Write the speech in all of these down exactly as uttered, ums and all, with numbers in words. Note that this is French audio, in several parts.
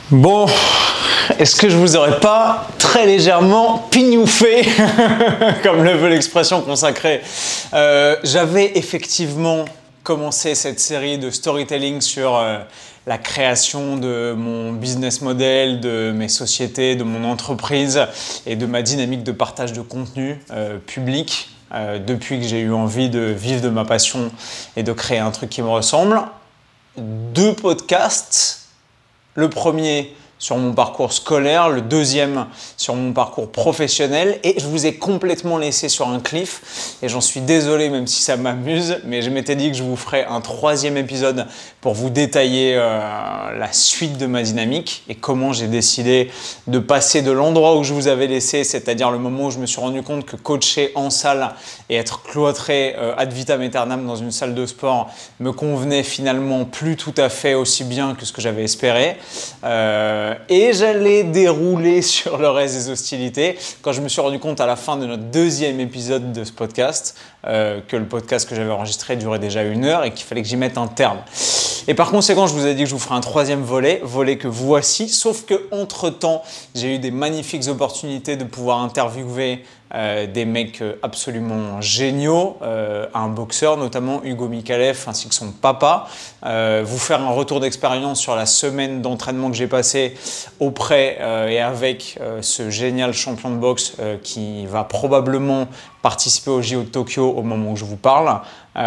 Bon, est-ce que je vous aurais pas très légèrement pignoufé, comme le veut l'expression consacrée. euh, J'avais effectivement commencé cette série de storytelling sur euh, la création de mon business model, de mes sociétés, de mon entreprise et de ma dynamique de partage de contenu euh, public euh, depuis que j'ai eu envie de vivre de ma passion et de créer un truc qui me ressemble. Deux podcasts. Le premier sur mon parcours scolaire, le deuxième sur mon parcours professionnel, et je vous ai complètement laissé sur un cliff et j'en suis désolé même si ça m'amuse, mais je m'étais dit que je vous ferais un troisième épisode pour vous détailler euh, la suite de ma dynamique et comment j'ai décidé de passer de l'endroit où je vous avais laissé, c'est-à-dire le moment où je me suis rendu compte que coacher en salle et être cloîtré euh, ad vitam aeternam dans une salle de sport me convenait finalement plus tout à fait aussi bien que ce que j'avais espéré. Euh, Et j'allais dérouler sur le reste des hostilités quand je me suis rendu compte à la fin de notre deuxième épisode de ce podcast euh, que le podcast que j'avais enregistré durait déjà une heure et qu'il fallait que j'y mette un terme. Et par conséquent, je vous ai dit que je vous ferai un troisième volet, volet que voici, sauf qu'entre-temps, j'ai eu des magnifiques opportunités de pouvoir interviewer euh, des mecs absolument géniaux, euh, un boxeur notamment, Hugo Mikalev, ainsi que son papa, euh, vous faire un retour d'expérience sur la semaine d'entraînement que j'ai passé auprès euh, et avec euh, ce génial champion de boxe euh, qui va probablement participer au J O de Tokyo au moment où je vous parle.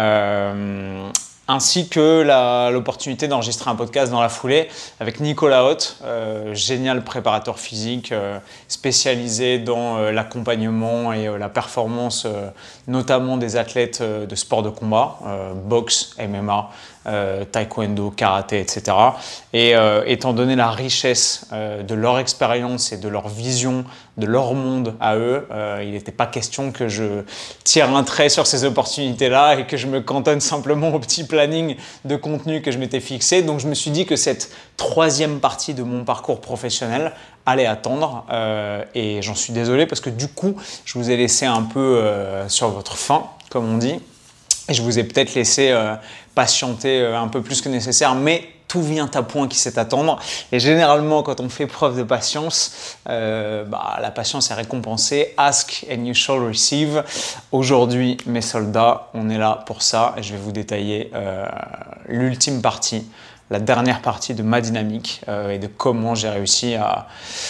Euh, ainsi que la, l'opportunité d'enregistrer un podcast dans la foulée avec Nicolas Hoth, euh, génial préparateur physique euh, spécialisé dans euh, l'accompagnement et euh, la performance, euh, notamment des athlètes euh, de sport de combat, euh, boxe, M M A, euh, taekwondo, karaté, et cetera. Et euh, étant donné la richesse euh, de leur expérience et de leur vision, de leur monde à eux, euh, il n'était pas question que je tire un trait sur ces opportunités-là et que je me cantonne simplement au petit planning de contenu que je m'étais fixé. Donc je me suis dit que cette troisième partie de mon parcours professionnel allait attendre euh, et j'en suis désolé parce que du coup, je vous ai laissé un peu euh, sur votre faim, comme on dit, et je vous ai peut-être laissé euh, patienter euh, un peu plus que nécessaire, mais tout vient à point qui sait attendre. Et généralement, quand on fait preuve de patience, euh, bah, la patience est récompensée. Ask and you shall receive. Aujourd'hui, mes soldats, on est là pour ça. Et je vais vous détailler euh, l'ultime partie, la dernière partie de ma dynamique euh, et de comment j'ai réussi à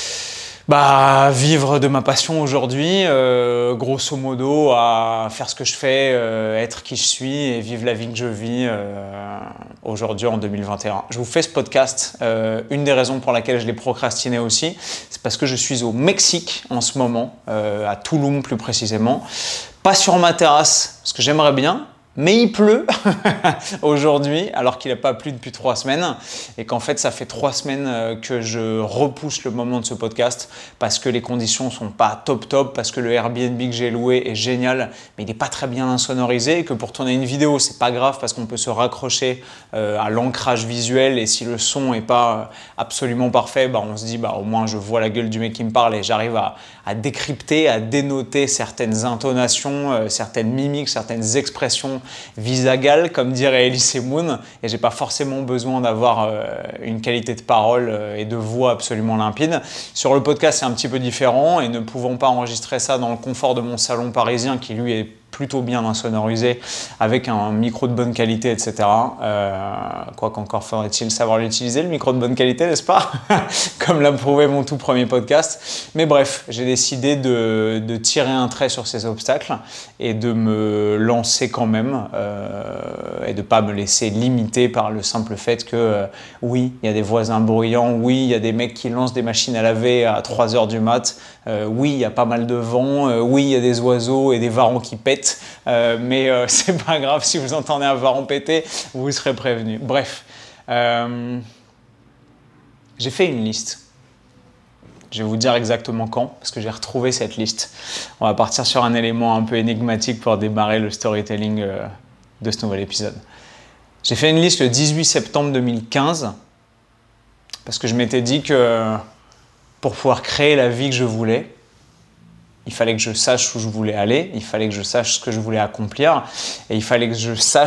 bah, vivre de ma passion aujourd'hui, euh, grosso modo, à faire ce que je fais, euh, être qui je suis et vivre la vie que je vis euh, aujourd'hui en deux mille vingt et un. Je vous fais ce podcast. Euh, une des raisons pour laquelle je l'ai procrastiné aussi, c'est parce que je suis au Mexique en ce moment, euh, à Tulum plus précisément. Pas sur ma terrasse, parce que j'aimerais bien, mais il pleut aujourd'hui, alors qu'il n'a pas plu depuis trois semaines et qu'en fait, ça fait trois semaines que je repousse le moment de ce podcast parce que les conditions sont pas top top, parce que le Airbnb que j'ai loué est génial, mais il n'est pas très bien insonorisé et que pour tourner une vidéo, c'est pas grave parce qu'on peut se raccrocher euh, à l'ancrage visuel et si le son est pas absolument parfait, bah, on se dit bah, au moins je vois la gueule du mec qui me parle et j'arrive à, à décrypter, à dénoter certaines intonations, euh, certaines mimiques, certaines expressions visagales, comme dirait Elise Moon, et j'ai pas forcément besoin d'avoir euh, une qualité de parole euh, et de voix absolument limpide. Sur le podcast, c'est un petit peu différent, et ne pouvant pas enregistrer ça dans le confort de mon salon parisien, qui lui est plutôt bien insonorisé, avec un micro de bonne qualité, et cetera. Euh, quoi qu'encore faudrait-il savoir l'utiliser, le micro de bonne qualité, n'est-ce pas? Comme l'a prouvé mon tout premier podcast. Mais bref, j'ai décidé de, de tirer un trait sur ces obstacles et de me lancer quand même euh, et de ne pas me laisser limiter par le simple fait que euh, oui, il y a des voisins bruyants, oui, il y a des mecs qui lancent des machines à laver à trois heures du mat', euh, oui, il y a pas mal de vent, euh, oui, il y a des oiseaux et des varans qui pètent. Euh, mais euh, c'est pas grave, si vous entendez un varan péter, vous serez prévenu. Bref, euh, j'ai fait une liste. Je vais vous dire exactement quand, parce que j'ai retrouvé cette liste. On va partir sur un élément un peu énigmatique pour démarrer le storytelling euh, de ce nouvel épisode. J'ai fait une liste le dix-huit septembre deux mille quinze, parce que je m'étais dit que pour pouvoir créer la vie que je voulais, il fallait que je sache où je voulais aller, il fallait que je sache ce que je voulais accomplir et il fallait que je sache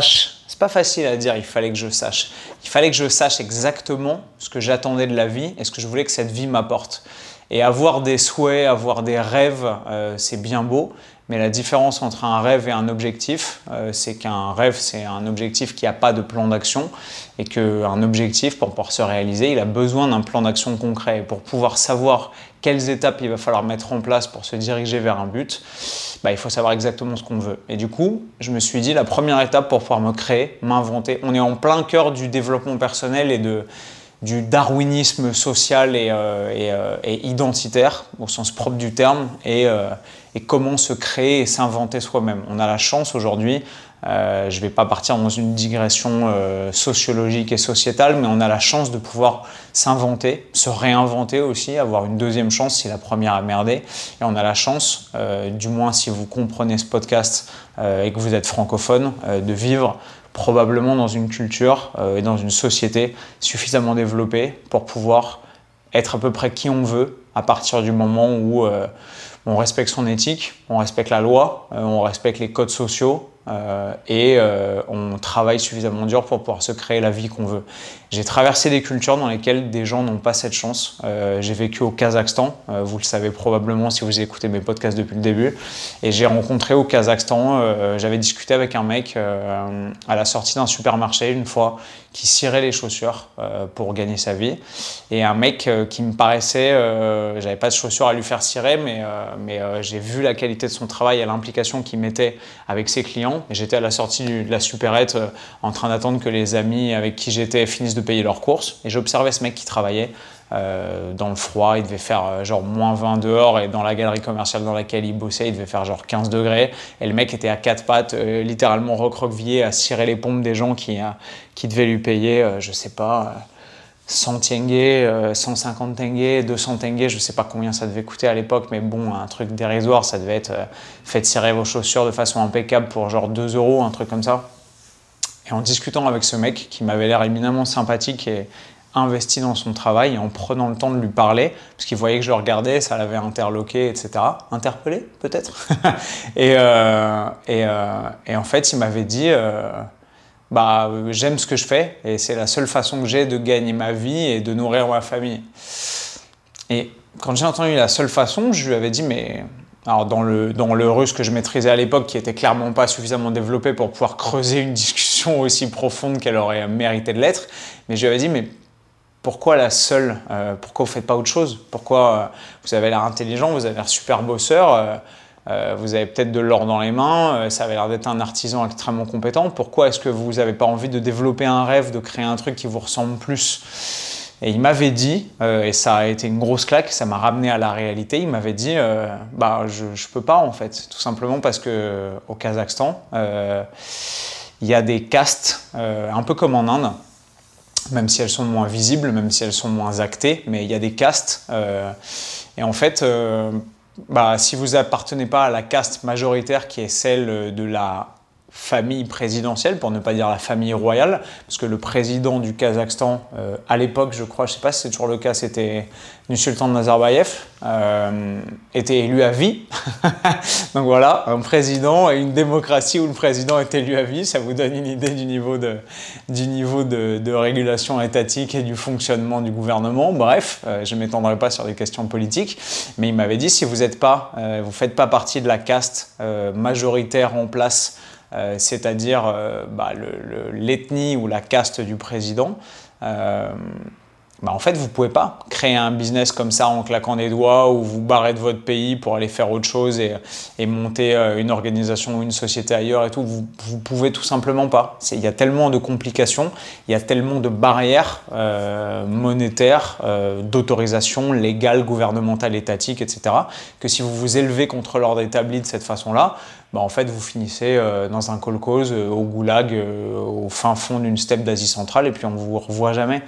C'est pas facile à dire, il fallait que je sache. Il fallait que je sache exactement ce que j'attendais de la vie et ce que je voulais que cette vie m'apporte. Et avoir des souhaits, avoir des rêves, euh, c'est bien beau, mais la différence entre un rêve et un objectif, euh, c'est qu'un rêve, c'est un objectif qui n'a pas de plan d'action et qu'un objectif, pour pouvoir se réaliser, il a besoin d'un plan d'action concret. Et pour pouvoir savoir quelles étapes il va falloir mettre en place pour se diriger vers un but, bah, il faut savoir exactement ce qu'on veut. Et du coup, je me suis dit, la première étape pour pouvoir me créer, m'inventer, on est en plein cœur du développement personnel et de... du darwinisme social et, euh, et, euh, et identitaire, au sens propre du terme, et, euh, et comment se créer et s'inventer soi-même. On a la chance aujourd'hui, euh, je ne vais pas partir dans une digression euh, sociologique et sociétale, mais on a la chance de pouvoir s'inventer, se réinventer aussi, avoir une deuxième chance si la première a merdé. Et on a la chance, euh, du moins si vous comprenez ce podcast euh, et que vous êtes francophone, euh, de vivre probablement dans une culture euh, et dans une société suffisamment développée pour pouvoir être à peu près qui on veut à partir du moment où euh, on respecte son éthique, on respecte la loi, euh, on respecte les codes sociaux euh, et euh, on travaille suffisamment dur pour pouvoir se créer la vie qu'on veut. J'ai traversé des cultures dans lesquelles des gens n'ont pas cette chance. Euh, j'ai vécu au Kazakhstan, euh, vous le savez probablement si vous écoutez mes podcasts depuis le début, et j'ai rencontré au Kazakhstan, euh, j'avais discuté avec un mec euh, à la sortie d'un supermarché une fois qui cirait les chaussures euh, pour gagner sa vie, et un mec euh, qui me paraissait, euh, j'avais pas de chaussures à lui faire cirer, mais, euh, mais euh, j'ai vu la qualité de son travail et l'implication qu'il mettait avec ses clients, et j'étais à la sortie du, de la supérette euh, en train d'attendre que les amis avec qui j'étais finissent de payer leurs courses, et j'observais ce mec qui travaillait euh, dans le froid, il devait faire euh, genre moins vingt dehors, et dans la galerie commerciale dans laquelle il bossait, il devait faire genre quinze degrés, et le mec était à quatre pattes, euh, littéralement recroquevillé à cirer les pompes des gens qui, euh, qui devaient lui payer, euh, je sais pas, euh, cent tenge, euh, cent cinquante tenge, deux cents tenge, je sais pas combien ça devait coûter à l'époque, mais bon, un truc dérisoire, ça devait être euh, faites cirer vos chaussures de façon impeccable pour genre deux euros, un truc comme ça. Et en discutant avec ce mec qui m'avait l'air éminemment sympathique et investi dans son travail, et en prenant le temps de lui parler, parce qu'il voyait que je le regardais, ça l'avait interloqué, et cetera. Interpellé, peut-être. et, euh, et, euh, et en fait, il m'avait dit euh, bah, j'aime ce que je fais, et c'est la seule façon que j'ai de gagner ma vie et de nourrir ma famille. Et quand j'ai entendu la seule façon, je lui avais dit mais... Alors dans le, dans le russe que je maîtrisais à l'époque, qui était clairement pas suffisamment développé pour pouvoir creuser une discussion aussi profonde qu'elle aurait mérité de l'être, mais je lui avais dit mais pourquoi la seule euh, Pourquoi vous faites pas autre chose? Pourquoi euh, vous avez l'air intelligent, vous avez l'air super bosseur, euh, euh, vous avez peut-être de l'or dans les mains, euh, ça avait l'air d'être un artisan extrêmement compétent, pourquoi est-ce que vous n'avez pas envie de développer un rêve, de créer un truc qui vous ressemble plus? Et il m'avait dit, euh, et ça a été une grosse claque, ça m'a ramené à la réalité, il m'avait dit euh, bah je, je peux pas en fait, tout simplement parce que au Kazakhstan, euh, il y a des castes, euh, un peu comme en Inde, même si elles sont moins visibles, même si elles sont moins actées, mais il y a des castes, euh, et en fait, euh, bah, si vous appartenez pas à la caste majoritaire qui est celle de la famille présidentielle, pour ne pas dire la famille royale, parce que le président du Kazakhstan, euh, à l'époque, je crois, je ne sais pas si c'est toujours le cas, c'était Nursultan Nazarbayev, euh, était élu à vie. Donc voilà, un président et une démocratie où le président est élu à vie, ça vous donne une idée du niveau de, du niveau de, de régulation étatique et du fonctionnement du gouvernement. Bref, euh, je ne m'étendrai pas sur des questions politiques, mais il m'avait dit, si vous ne euh, faites pas partie de la caste euh, majoritaire en place, Euh, c'est-à-dire euh, bah, le, le, l'ethnie ou la caste du président, euh, bah, en fait, vous ne pouvez pas créer un business comme ça en claquant des doigts ou vous barrer de votre pays pour aller faire autre chose et, et monter euh, une organisation ou une société ailleurs et tout. Vous ne pouvez tout simplement pas. Il y a tellement de complications, il y a tellement de barrières euh, monétaires, euh, d'autorisation légale, gouvernementale, étatique, et cetera, que si vous vous élevez contre l'ordre établi de cette façon-là, bah en fait, vous finissez euh, dans un kolkhoz, euh, au goulag, euh, au fin fond d'une steppe d'Asie centrale, et puis on ne vous revoit jamais.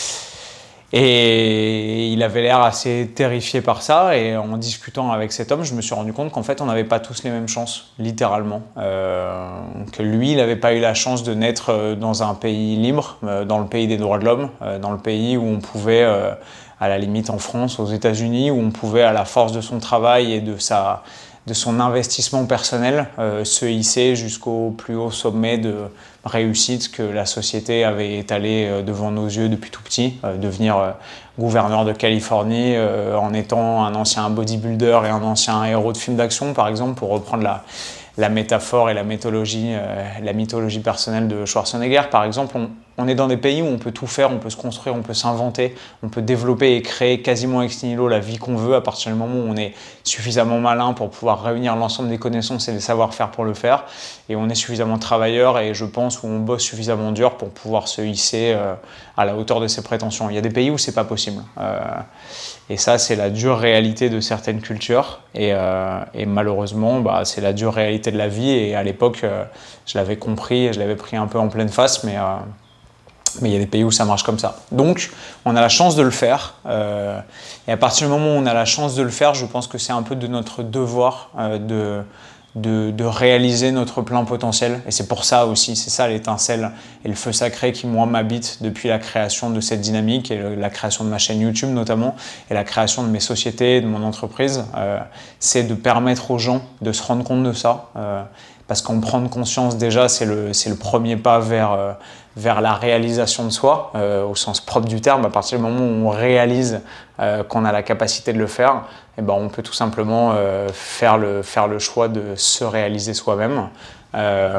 Et il avait l'air assez terrifié par ça, et en discutant avec cet homme, je me suis rendu compte qu'en fait, on n'avait pas tous les mêmes chances, littéralement. Euh, que lui, il n'avait pas eu la chance de naître dans un pays libre, euh, dans le pays des droits de l'homme, euh, dans le pays où on pouvait, euh, à la limite en France, aux États-Unis, où on pouvait, à la force de son travail et de sa... de son investissement personnel, euh, se hisser jusqu'au plus haut sommet de réussite que la société avait étalé euh, devant nos yeux depuis tout petit, euh, devenir euh, gouverneur de Californie euh, en étant un ancien bodybuilder et un ancien héros de film d'action, par exemple, pour reprendre la, la métaphore et la mythologie, euh, la mythologie personnelle de Schwarzenegger, par exemple. On, on est dans des pays où on peut tout faire, on peut se construire, on peut s'inventer, on peut développer et créer quasiment ex nihilo la vie qu'on veut à partir du moment où on est suffisamment malin pour pouvoir réunir l'ensemble des connaissances et des savoir-faire pour le faire. Et on est suffisamment travailleur et je pense où on bosse suffisamment dur pour pouvoir se hisser euh, à la hauteur de ses prétentions. Il y a des pays où c'est pas possible. Euh, et ça, c'est la dure réalité de certaines cultures. Et, euh, et malheureusement, bah, c'est la dure réalité de la vie. Et à l'époque, euh, je l'avais compris et je l'avais pris un peu en pleine face, mais... Euh, Mais il y a des pays où ça marche comme ça. Donc, on a la chance de le faire. Euh, et à partir du moment où on a la chance de le faire, je pense que c'est un peu de notre devoir euh, de, de, de réaliser notre plein potentiel. Et c'est pour ça aussi, c'est ça l'étincelle et le feu sacré qui, moi, m'habite depuis la création de cette dynamique et le, la création de ma chaîne YouTube notamment, et la création de mes sociétés, de mon entreprise. Euh, c'est de permettre aux gens de se rendre compte de ça. Euh, parce qu'en prendre conscience, déjà, c'est le, c'est le premier pas vers... Euh, vers la réalisation de soi, euh, au sens propre du terme. À partir du moment où on réalise euh, qu'on a la capacité de le faire, eh ben, on peut tout simplement euh, faire, le, faire le choix de se réaliser soi-même. Euh,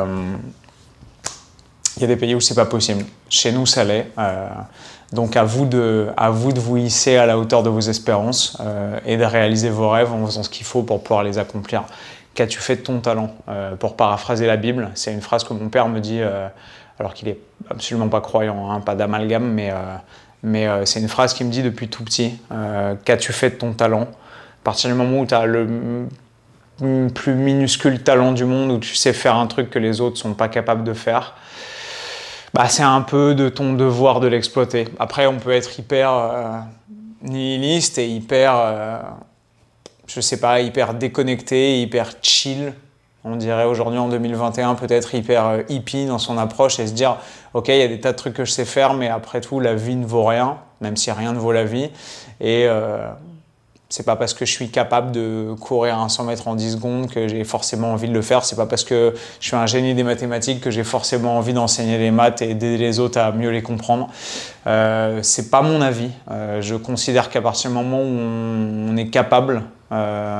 il y a des pays où c'est pas possible. Chez nous, ça l'est. Euh, donc à vous, de, à vous de vous hisser à la hauteur de vos espérances euh, et de réaliser vos rêves en faisant ce qu'il faut pour pouvoir les accomplir. Qu'as-tu fait de ton talent euh, Pour paraphraser la Bible, c'est une phrase que mon père me dit... Euh, alors qu'il n'est absolument pas croyant, hein, pas d'amalgame, mais, euh, mais euh, c'est une phrase qu'il me dit depuis tout petit. Euh, Qu'as-tu fait de ton talent? À partir du moment où tu as le plus minuscule talent du monde, où tu sais faire un truc que les autres ne sont pas capables de faire, bah, c'est un peu de ton devoir de l'exploiter. Après, on peut être hyper euh, nihiliste et hyper, euh, je sais pas, hyper déconnecté, hyper chill. On dirait aujourd'hui en deux mille vingt et un peut-être hyper hippie dans son approche et se dire ok, il y a des tas de trucs que je sais faire, mais après tout la vie ne vaut rien, même si rien ne vaut la vie. Et euh, c'est pas parce que je suis capable de courir un cent mètres en dix secondes que j'ai forcément envie de le faire. C'est pas parce que je suis un génie des mathématiques que j'ai forcément envie d'enseigner les maths et d'aider les autres à mieux les comprendre. Euh, c'est pas mon avis. Euh, je considère qu'à partir du moment où on, on est capable, euh,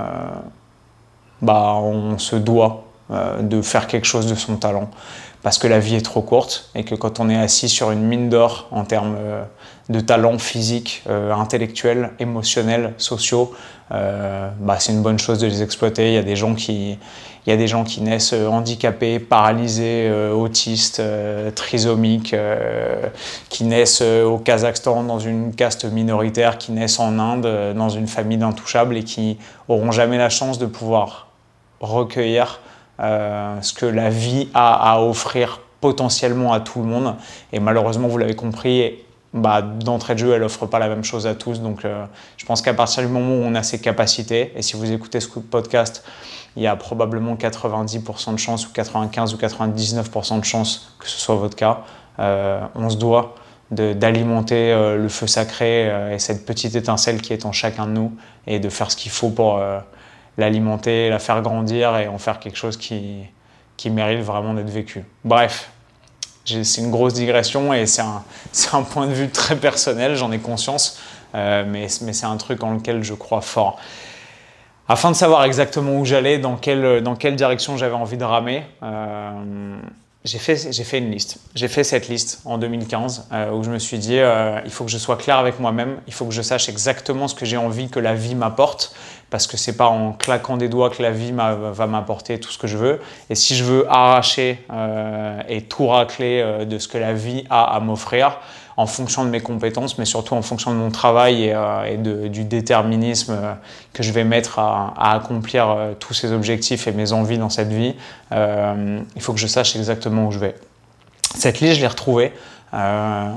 bah, on se doit euh, de faire quelque chose de son talent parce que la vie est trop courte et que quand on est assis sur une mine d'or en termes euh, de talents physiques, euh, intellectuels, émotionnels, sociaux, euh, bah, c'est une bonne chose de les exploiter. Il y a des gens qui, il y a des gens qui naissent handicapés, paralysés, euh, autistes, euh, trisomiques, euh, qui naissent au Kazakhstan dans une caste minoritaire, qui naissent en Inde euh, dans une famille d'intouchables et qui n'auront jamais la chance de pouvoir recueillir euh, ce que la vie a à offrir potentiellement à tout le monde. Et malheureusement, vous l'avez compris, bah, d'entrée de jeu, elle n'offre pas la même chose à tous. Donc euh, je pense qu'à partir du moment où on a ces capacités, et si vous écoutez ce podcast, il y a probablement quatre-vingt-dix pour cent de chances ou quatre-vingt-quinze ou quatre-vingt-dix-neuf pour cent de chances que ce soit votre cas. Euh, on se doit de, d'alimenter euh, le feu sacré euh, et cette petite étincelle qui est en chacun de nous et de faire ce qu'il faut pour euh, l'alimenter, la faire grandir et en faire quelque chose qui, qui mérite vraiment d'être vécu. Bref, c'est une grosse digression et c'est un, c'est un point de vue très personnel, j'en ai conscience, euh, mais, mais c'est un truc en lequel je crois fort. Afin de savoir exactement où j'allais, dans quelle, dans quelle direction j'avais envie de ramer, euh, j'ai fait, j'ai fait une liste. J'ai fait cette liste en deux mille quinze euh, où je me suis dit euh, il faut que je sois clair avec moi-même, il faut que je sache exactement ce que j'ai envie que la vie m'apporte, parce que c'est pas en claquant des doigts que la vie va m'apporter tout ce que je veux. Et si je veux arracher euh, et tout racler euh, de ce que la vie a à m'offrir, en fonction de mes compétences, mais surtout en fonction de mon travail et, euh, et de, du déterminisme euh, que je vais mettre à, à accomplir euh, tous ces objectifs et mes envies dans cette vie, euh, il faut que je sache exactement où je vais. Cette liste, je l'ai retrouvée. Euh,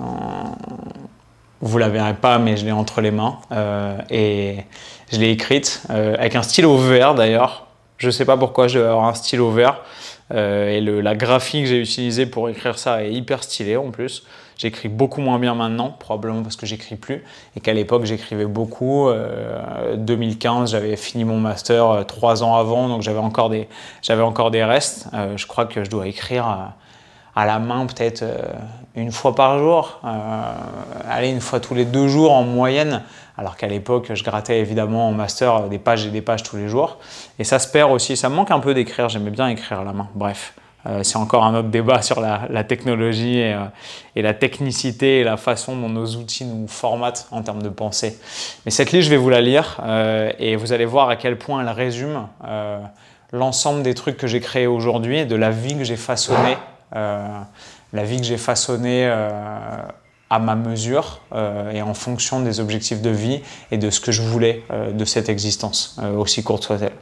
vous ne la verrez pas, mais je l'ai entre les mains. Euh, et je l'ai écrite euh, avec un stylo vert d'ailleurs. Je ne sais pas pourquoi je devais avoir un stylo vert. Euh, et le, la graphie que j'ai utilisée pour écrire ça est hyper stylée en plus. J'écris beaucoup moins bien maintenant, probablement parce que j'écris plus, et qu'à l'époque j'écrivais beaucoup. Euh, deux mille quinze, j'avais fini mon master euh, trois ans avant, donc j'avais encore des, j'avais encore des restes. Euh, je crois que je dois écrire à, à la main peut-être euh, une fois par jour, euh, allez, une fois tous les deux jours en moyenne, alors qu'à l'époque je grattais évidemment en master des pages et des pages tous les jours. Et ça se perd aussi, ça me manque un peu d'écrire, j'aimais bien écrire à la main, bref. Euh, c'est encore un autre débat sur la, la technologie et, euh, et la technicité et la façon dont nos outils nous formatent en termes de pensée. Mais cette liste, je vais vous la lire euh, et vous allez voir à quel point elle résume euh, l'ensemble des trucs que j'ai créés aujourd'hui et de la vie que j'ai façonnée, euh, la vie que j'ai façonnée euh, à ma mesure euh, et en fonction des objectifs de vie et de ce que je voulais euh, de cette existence, euh, aussi courte soit-elle.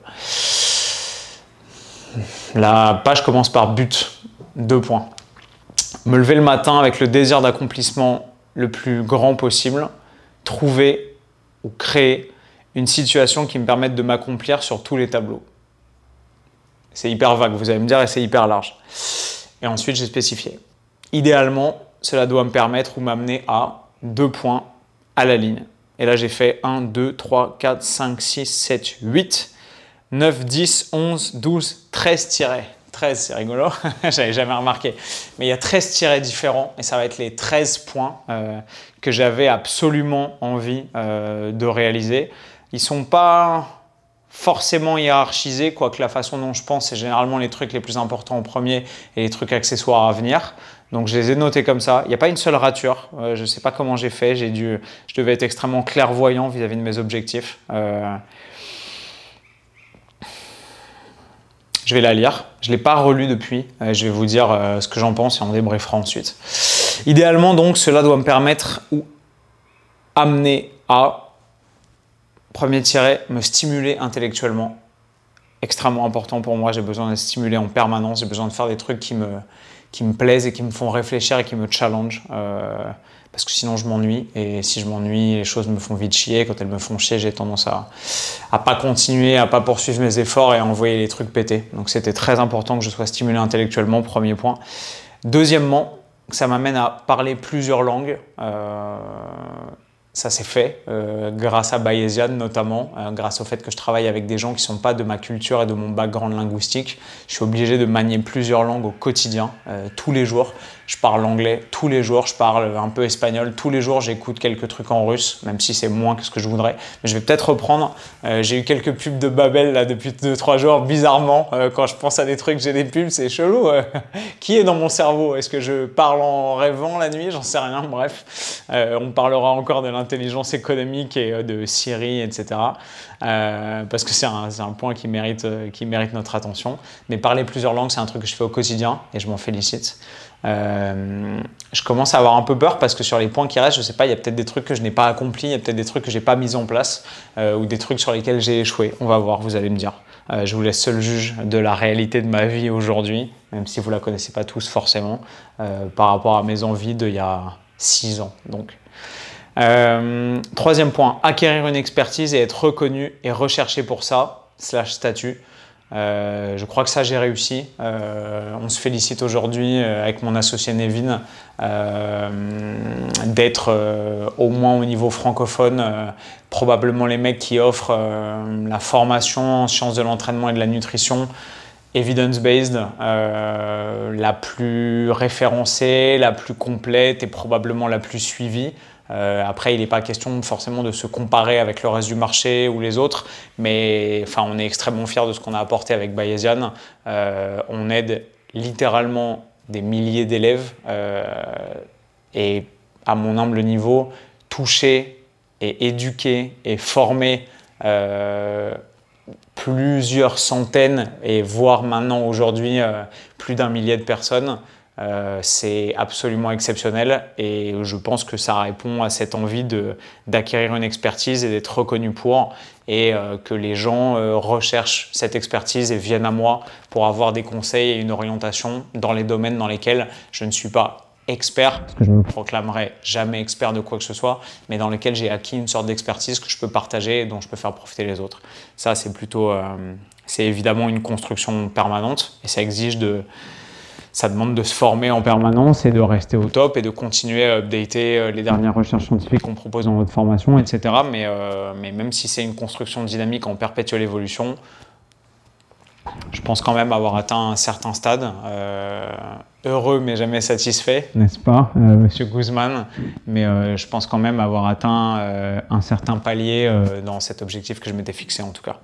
La page commence par but, deux points. Me lever le matin avec le désir d'accomplissement le plus grand possible, trouver ou créer une situation qui me permette de m'accomplir sur tous les tableaux. C'est hyper vague, vous allez me dire, et c'est hyper large. Et ensuite, j'ai spécifié. Idéalement, cela doit me permettre ou m'amener à deux points à la ligne. Et là, j'ai fait un, deux, trois, quatre, cinq, six, sept, huit. neuf, dix, onze, douze, treize tirets. treize, c'est rigolo, j'avais jamais remarqué. Mais il y a treize tirets différents et ça va être les treize points euh, que j'avais absolument envie euh, de réaliser. Ils ne sont pas forcément hiérarchisés, quoique la façon dont je pense, c'est généralement les trucs les plus importants en premier et les trucs accessoires à venir. Donc je les ai notés comme ça. Il n'y a pas une seule rature. Euh, je ne sais pas comment j'ai fait. J'ai dû, je devais être extrêmement clairvoyant vis-à-vis de mes objectifs. Euh, Je vais la lire. Je ne l'ai pas relue depuis. Euh, je vais vous dire euh, ce que j'en pense et on débriefera ensuite. Idéalement, donc, cela doit me permettre ou amener à, premier tiret, me stimuler intellectuellement. Extrêmement important pour moi. J'ai besoin d'être stimulé en permanence. J'ai besoin de faire des trucs qui me, qui me plaisent et qui me font réfléchir et qui me challenge. Euh, parce que sinon je m'ennuie, et si je m'ennuie, les choses me font vite chier. Quand elles me font chier, j'ai tendance à à pas continuer, à pas poursuivre mes efforts et à envoyer les trucs péter. Donc c'était très important que je sois stimulé intellectuellement, premier point. Deuxièmement, ça m'amène à parler plusieurs langues. Euh, ça s'est fait euh, grâce à Bayesian notamment, euh, grâce au fait que je travaille avec des gens qui ne sont pas de ma culture et de mon background linguistique. Je suis obligé de manier plusieurs langues au quotidien, euh, tous les jours. Je parle anglais tous les jours, je parle un peu espagnol tous les jours, j'écoute quelques trucs en russe, même si c'est moins que ce que je voudrais. Mais je vais peut-être reprendre. Euh, j'ai eu quelques pubs de Babel là depuis deux trois jours, bizarrement. Euh, quand je pense à des trucs, j'ai des pubs, c'est chelou. Euh, qui est dans mon cerveau? Est-ce que je parle en rêvant la nuit? J'en sais rien, bref. Euh, on parlera encore de l'intelligence économique et euh, de Siri, et cetera. Euh, parce que c'est un, c'est un point qui mérite, euh, qui mérite notre attention. Mais parler plusieurs langues, c'est un truc que je fais au quotidien et je m'en félicite. Euh, je commence à avoir un peu peur parce que sur les points qui restent, je sais pas, il y a peut-être des trucs que je n'ai pas accomplis, il y a peut-être des trucs que j'ai pas mis en place euh, ou des trucs sur lesquels j'ai échoué. On va voir, vous allez me dire. Euh, je vous laisse seul juge de la réalité de ma vie aujourd'hui, même si vous la connaissez pas tous forcément, euh, par rapport à mes envies d'il y a six ans. Donc. Euh, troisième point, acquérir une expertise et être reconnu et recherché pour ça, slash statut. Euh, je crois que ça j'ai réussi. Euh, on se félicite aujourd'hui euh, avec mon associé Nevin euh, d'être euh, au moins au niveau francophone euh, probablement les mecs qui offrent euh, la formation en sciences de l'entraînement et de la nutrition evidence-based, euh, la plus référencée, la plus complète et probablement la plus suivie. Euh, après, il n'est pas question forcément de se comparer avec le reste du marché ou les autres, mais enfin, on est extrêmement fiers de ce qu'on a apporté avec Bayesian. Euh, on aide littéralement des milliers d'élèves euh, et à mon humble niveau, toucher et éduquer et former euh, plusieurs centaines et voire maintenant aujourd'hui euh, plus d'un millier de personnes. Euh, c'est absolument exceptionnel et je pense que ça répond à cette envie de, d'acquérir une expertise et d'être reconnu pour et euh, que les gens euh, recherchent cette expertise et viennent à moi pour avoir des conseils et une orientation dans les domaines dans lesquels je ne suis pas expert, parce que je ne me proclamerai jamais expert de quoi que ce soit, mais dans lesquels j'ai acquis une sorte d'expertise que je peux partager et dont je peux faire profiter les autres. Ça, c'est plutôt, euh, c'est évidemment une construction permanente et ça exige de ça demande de se former en permanence et de rester au top et de continuer à updater les dernières recherches scientifiques qu'on propose dans votre formation, et cetera. Mais, euh, mais même si c'est une construction dynamique en perpétuelle évolution, je pense quand même avoir atteint un certain stade, euh, heureux mais jamais satisfait, n'est-ce pas, euh, Monsieur Guzman? Mais euh, je pense quand même avoir atteint euh, un certain palier euh, dans cet objectif que je m'étais fixé en tout cas.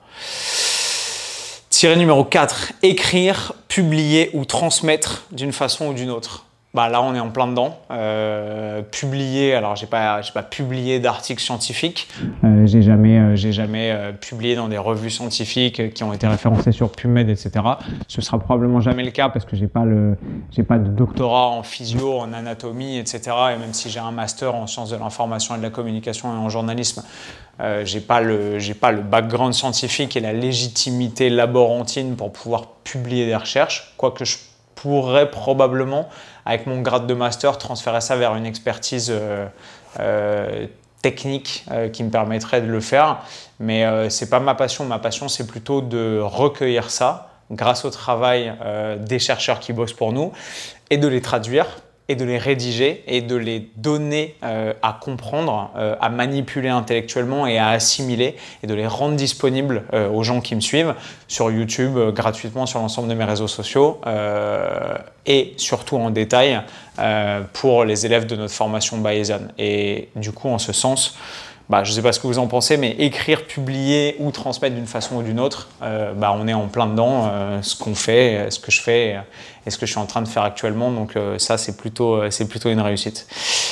Tiré numéro quatre, écrire, publier ou transmettre d'une façon ou d'une autre. Bah là, on est en plein dedans. Euh, publier, alors j'ai pas, j'ai pas publié d'articles scientifiques. Euh, j'ai jamais, euh, j'ai jamais euh, publié dans des revues scientifiques qui ont été référencées sur PubMed, et cetera. Ce sera probablement jamais le cas parce que j'ai pas le, j'ai pas de doctorat en physio, en anatomie, et cetera. Et même si j'ai un master en sciences de l'information et de la communication et en journalisme, euh, j'ai pas le, j'ai pas le background scientifique et la légitimité laborantine pour pouvoir publier des recherches, quoique je pourrais probablement, avec mon grade de master, transférer ça vers une expertise euh, euh, technique euh, qui me permettrait de le faire. Mais euh, ce n'est pas ma passion. Ma passion, c'est plutôt de recueillir ça grâce au travail euh, des chercheurs qui bossent pour nous et de les traduire et de les rédiger et de les donner euh, à comprendre, euh, à manipuler intellectuellement et à assimiler et de les rendre disponibles euh, aux gens qui me suivent sur YouTube, euh, gratuitement sur l'ensemble de mes réseaux sociaux euh, et surtout en détail euh, pour les élèves de notre formation bayésienne. Et du coup, en ce sens, bah, je ne sais pas ce que vous en pensez, mais écrire, publier ou transmettre d'une façon ou d'une autre, euh, bah, on est en plein dedans, euh, ce qu'on fait, ce que je fais et ce que je suis en train de faire actuellement. Donc euh, ça, c'est plutôt, euh, c'est plutôt une réussite.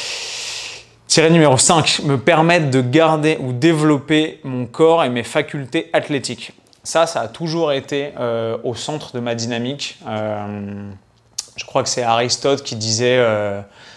Tiré numéro cinq, me permettre de garder ou développer mon corps et mes facultés athlétiques. Ça, ça a toujours été euh, au centre de ma dynamique. Euh, je crois que c'est Aristote qui disait... Euh,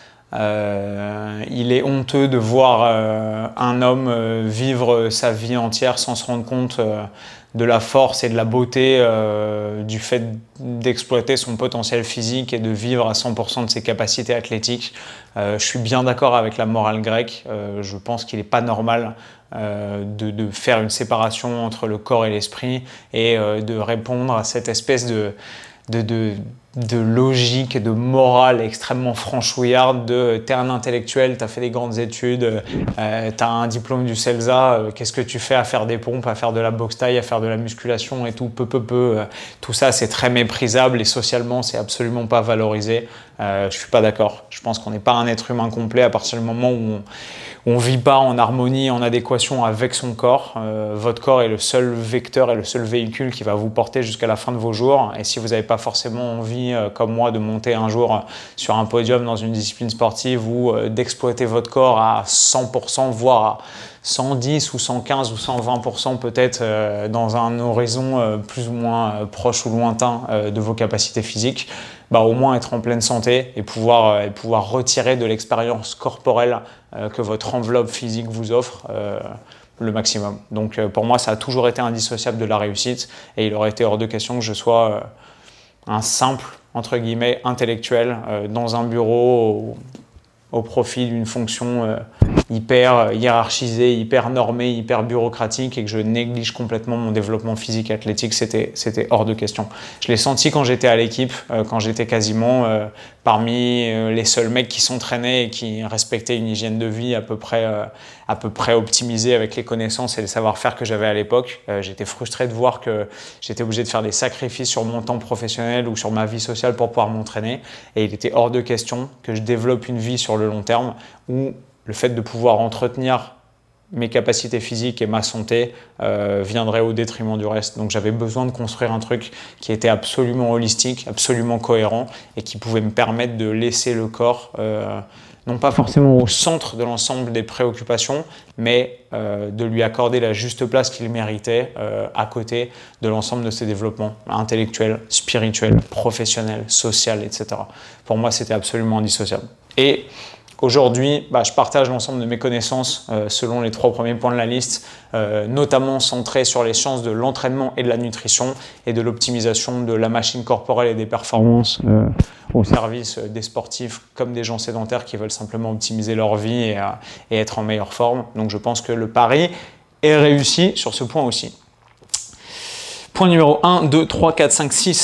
Euh, il est honteux de voir euh, un homme euh, vivre sa vie entière sans se rendre compte euh, de la force et de la beauté euh, du fait d'exploiter son potentiel physique et de vivre à cent pour cent de ses capacités athlétiques. Euh, je suis bien d'accord avec la morale grecque. Euh, je pense qu'il n'est pas normal euh, de, de faire une séparation entre le corps et l'esprit et euh, de répondre à cette espèce de, de, de de logique et de morale extrêmement franchouillarde de t'es un intellectuel, t'as fait des grandes études, euh, t'as un diplôme du CELSA, euh, qu'est-ce que tu fais à faire des pompes, à faire de la boxe taille, à faire de la musculation et tout, peu peu peu. Euh, tout ça c'est très méprisable et socialement c'est absolument pas valorisé. Euh, je suis pas d'accord. Je pense qu'on n'est pas un être humain complet à partir du moment où on ne vit pas en harmonie, en adéquation avec son corps. Euh, votre corps est le seul vecteur et le seul véhicule qui va vous porter jusqu'à la fin de vos jours. Et si vous n'avez pas forcément envie, euh, comme moi, de monter un jour sur un podium dans une discipline sportive ou euh, d'exploiter votre corps à cent pour cent, voire à cent dix ou cent quinze ou cent vingt pour cent peut-être euh, dans un horizon euh, plus ou moins euh, proche ou lointain euh, de vos capacités physiques, bah, au moins être en pleine santé et pouvoir, euh, et pouvoir retirer de l'expérience corporelle euh, que votre enveloppe physique vous offre euh, le maximum. Donc euh, pour moi, ça a toujours été indissociable de la réussite et il aurait été hors de question que je sois euh, un simple, entre guillemets, intellectuel euh, dans un bureau au, au profit d'une fonction euh, hyper hiérarchisée, hyper normée, hyper bureaucratique et que je néglige complètement mon développement physique et athlétique, c'était, c'était hors de question. Je l'ai senti quand j'étais à l'équipe, euh, quand j'étais quasiment euh, parmi euh, les seuls mecs qui s'entraînaient et qui respectaient une hygiène de vie à peu près, euh, à peu près optimisée avec les connaissances et les savoir-faire que j'avais à l'époque. Euh, j'étais frustré de voir que j'étais obligé de faire des sacrifices sur mon temps professionnel ou sur ma vie sociale pour pouvoir m'entraîner et il était hors de question que je développe une vie sur le long terme où le fait de pouvoir entretenir mes capacités physiques et ma santé euh, viendrait au détriment du reste. Donc j'avais besoin de construire un truc qui était absolument holistique, absolument cohérent et qui pouvait me permettre de laisser le corps, euh, non pas forcément au centre de l'ensemble des préoccupations, mais euh, de lui accorder la juste place qu'il méritait euh, à côté de l'ensemble de ses développements intellectuels, spirituels, professionnels, sociaux, et cetera. Pour moi, c'était absolument indissociable. Et aujourd'hui, bah, je partage l'ensemble de mes connaissances euh, selon les trois premiers points de la liste, euh, notamment centrés sur les sciences de l'entraînement et de la nutrition et de l'optimisation de la machine corporelle et des performances euh, au service des sportifs comme des gens sédentaires qui veulent simplement optimiser leur vie et, euh, et être en meilleure forme. Donc je pense que le pari est réussi sur ce point aussi. Point numéro un, deux, trois, quatre, cinq, six.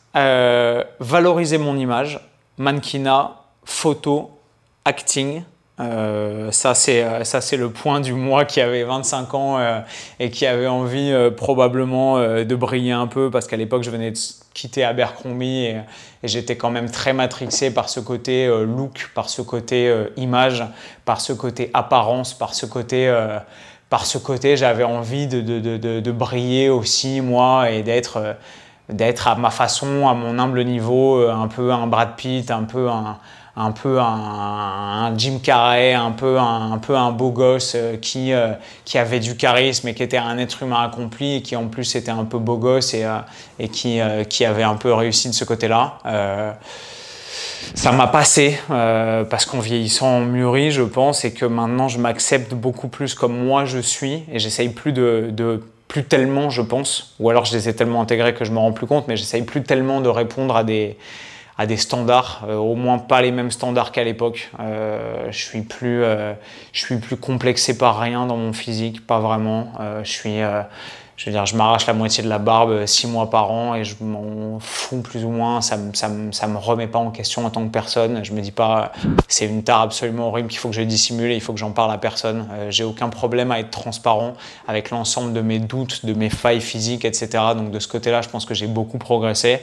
euh, valoriser mon image, mannequinat, photo, acting. Euh, ça, c'est, ça, c'est le point du moi qui avait vingt-cinq ans euh, et qui avait envie euh, probablement euh, de briller un peu parce qu'à l'époque, je venais de quitter Abercrombie et, et j'étais quand même très matrixé par ce côté euh, look, par ce côté euh, image, par ce côté apparence, par ce côté... Euh, par ce côté, j'avais envie de, de, de, de briller aussi, moi, et d'être... Euh, d'être à ma façon, à mon humble niveau, un peu un Brad Pitt, un peu un, un, peu un, un Jim Carrey, un peu un, un peu un beau gosse qui, euh, qui avait du charisme et qui était un être humain accompli et qui en plus était un peu beau gosse et, euh, et qui, euh, qui avait un peu réussi de ce côté-là. Euh, ça m'a passé euh, parce qu'en vieillissant on mûrit, je pense, et que maintenant je m'accepte beaucoup plus comme moi je suis et j'essaye plus de... de plus tellement, je pense, ou alors je les ai tellement intégrés que je me rends plus compte, mais j'essaye plus tellement de répondre à des, à des standards, euh, au moins pas les mêmes standards qu'à l'époque. Euh, je suis plus, euh, je suis plus complexé par rien dans mon physique, pas vraiment. Euh, je suis, euh, je veux dire, je m'arrache la moitié de la barbe six mois par an et je m'en fous plus ou moins. Ça me, ça me, ça me remet pas en question en tant que personne. Je me dis pas, c'est une tare absolument horrible qu'il faut que je dissimule et il faut que j'en parle à personne. Euh, j'ai aucun problème à être transparent avec l'ensemble de mes doutes, de mes failles physiques, et cetera. Donc de ce côté-là, je pense que j'ai beaucoup progressé.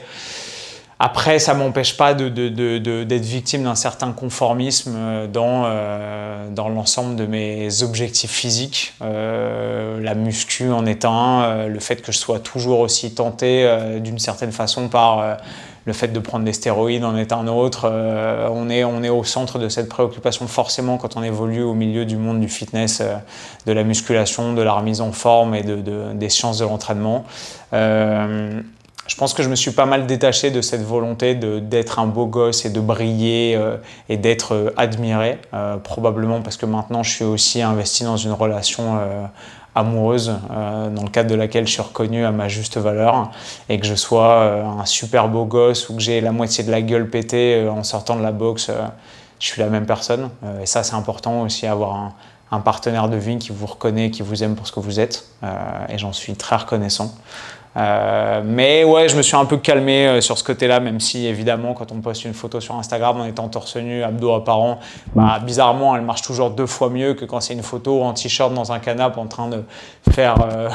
Après, ça ne m'empêche pas de, de, de, de, d'être victime d'un certain conformisme dans, euh, dans l'ensemble de mes objectifs physiques. Euh, la muscu en est un, euh, le fait que je sois toujours aussi tenté euh, d'une certaine façon par euh, le fait de prendre des stéroïdes en est un autre. Euh, on, est, on est au centre de cette préoccupation forcément quand on évolue au milieu du monde du fitness, euh, de la musculation, de la remise en forme et de, de, des sciences de l'entraînement. Euh, Je pense que je me suis pas mal détaché de cette volonté de, d'être un beau gosse et de briller euh, et d'être euh, admiré, euh, probablement parce que maintenant je suis aussi investi dans une relation euh, amoureuse euh, dans le cadre de laquelle je suis reconnu à ma juste valeur et que je sois euh, un super beau gosse ou que j'ai la moitié de la gueule pétée euh, en sortant de la boxe, euh, je suis la même personne. Euh, et ça c'est important aussi, avoir un, un partenaire de vie qui vous reconnaît, qui vous aime pour ce que vous êtes euh, et j'en suis très reconnaissant. Euh, mais ouais, je me suis un peu calmé euh, sur ce côté-là, même si évidemment quand on poste une photo sur Instagram en étant torse nu, abdos apparents, bah, bizarrement elle marche toujours deux fois mieux que quand c'est une photo en t-shirt dans un canapé en train de faire euh,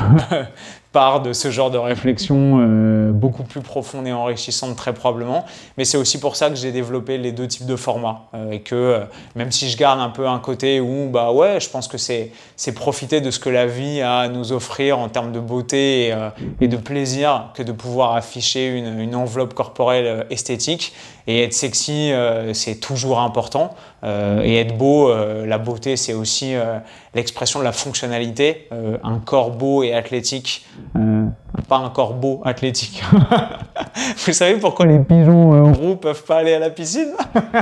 part de ce genre de réflexion euh, beaucoup plus profonde et enrichissante très probablement. Mais c'est aussi pour ça que j'ai développé les deux types de formats euh, et que euh, même si je garde un peu un côté où bah ouais, je pense que c'est, c'est profiter de ce que la vie a à nous offrir en termes de beauté et, euh, et de plaisir que de pouvoir afficher une, une enveloppe corporelle esthétique. Et être sexy, euh, c'est toujours important. Euh, et être beau, euh, la beauté, c'est aussi euh, l'expression de la fonctionnalité. Euh, un corps beau et athlétique, euh, pas un corps beau athlétique. Vous savez pourquoi les pigeons euh, roux peuvent pas aller à la piscine?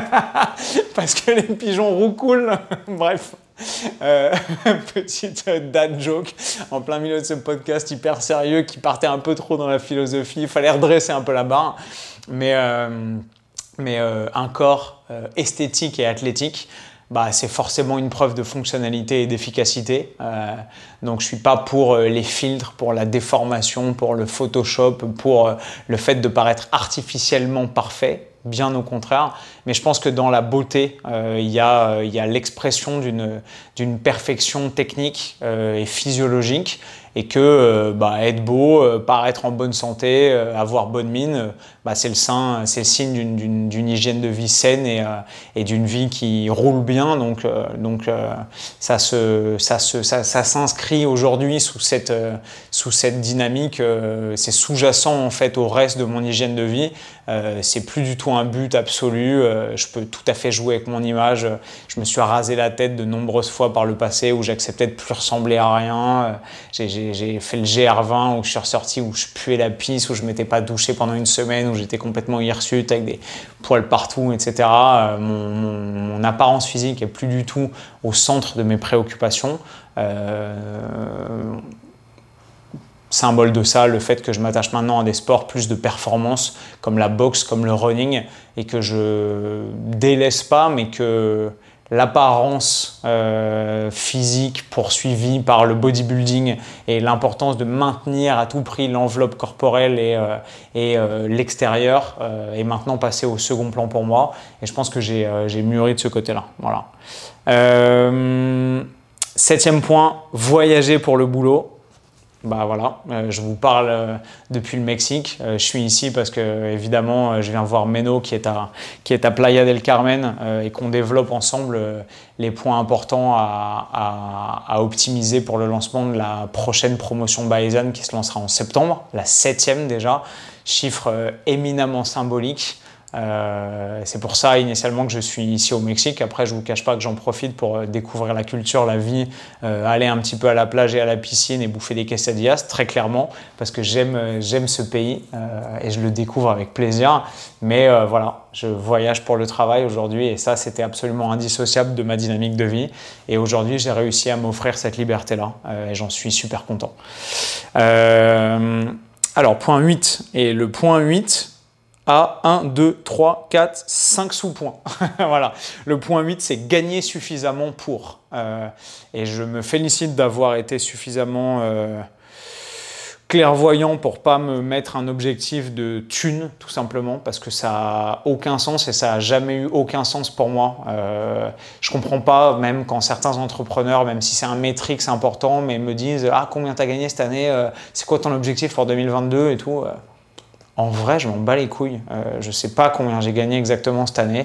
Parce que les pigeons roux coulent. Bref. Euh, petite dad joke en plein milieu de ce podcast hyper sérieux qui partait un peu trop dans la philosophie. Il fallait redresser un peu la barre. Mais... Euh, Mais euh, un corps euh, esthétique et athlétique, bah, c'est forcément une preuve de fonctionnalité et d'efficacité. Euh, donc je ne suis pas pour euh, les filtres, pour la déformation, pour le Photoshop, pour euh, le fait de paraître artificiellement parfait. Bien au contraire, mais je pense que dans la beauté, euh, il y a, euh, il y a l'expression d'une, d'une perfection technique euh, et physiologique, et que euh, bah, être beau, euh, paraître en bonne santé, euh, avoir bonne mine, euh, bah, c'est le sein, c'est le signe d'une, d'une, d'une hygiène de vie saine et, euh, et d'une vie qui roule bien. Donc, euh, donc euh, ça, se, ça, se, ça, ça s'inscrit aujourd'hui sous cette, euh, sous cette dynamique. Euh, c'est sous-jacent en fait au reste de mon hygiène de vie. Euh, c'est plus du tout un but absolu. Euh, je peux tout à fait jouer avec mon image. Je me suis rasé la tête de nombreuses fois par le passé où j'acceptais de plus ressembler à rien. Euh, j'ai, j'ai, j'ai fait le G R vingt où je suis ressorti, où je puais la pisse, où je ne m'étais pas douché pendant une semaine, où j'étais complètement hirsute avec des poils partout, et cetera. Euh, mon, mon, mon apparence physique est plus du tout au centre de mes préoccupations. Euh, Symbole de ça, le fait que je m'attache maintenant à des sports plus de performance, comme la boxe, comme le running, et que je délaisse pas, mais que l'apparence euh, physique poursuivie par le bodybuilding et l'importance de maintenir à tout prix l'enveloppe corporelle et, euh, et euh, l'extérieur euh, est maintenant passé au second plan pour moi. Et je pense que j'ai euh, j'ai mûri de ce côté-là. Voilà. Euh, septième point, voyager pour le boulot. Bah voilà, euh, je vous parle euh, depuis le Mexique. Euh, je suis ici parce que évidemment, euh, je viens voir Meno qui est à, qui est à Playa del Carmen euh, et qu'on développe ensemble euh, les points importants à, à, à optimiser pour le lancement de la prochaine promotion Baizen qui se lancera en septembre, la septième déjà, chiffre euh, éminemment symbolique. Euh, c'est pour ça initialement que je suis ici au Mexique. Après, je ne vous cache pas que j'en profite pour découvrir la culture, la vie, euh, aller un petit peu à la plage et à la piscine et bouffer des quesadillas, très clairement, parce que j'aime j'aime ce pays euh, et je le découvre avec plaisir. Mais euh, voilà, je voyage pour le travail aujourd'hui et ça, c'était absolument indissociable de ma dynamique de vie. Et aujourd'hui, j'ai réussi à m'offrir cette liberté-là euh, et j'en suis super content. Euh, alors, point huit. Et le point huit... à un, deux, trois, quatre, cinq sous-points. Voilà. Le point huit, c'est gagner suffisamment pour. Euh, et je me félicite d'avoir été suffisamment euh, clairvoyant pour ne pas me mettre un objectif de thune, tout simplement, parce que ça n'a aucun sens et ça n'a jamais eu aucun sens pour moi. Euh, je ne comprends pas, même quand certains entrepreneurs, même si c'est un métrique important, mais me disent « Ah, combien tu as gagné cette année euh, c'est quoi ton objectif pour deux mille vingt-deux ?» et tout. En vrai, je m'en bats les couilles. Euh, je ne sais pas combien j'ai gagné exactement cette année.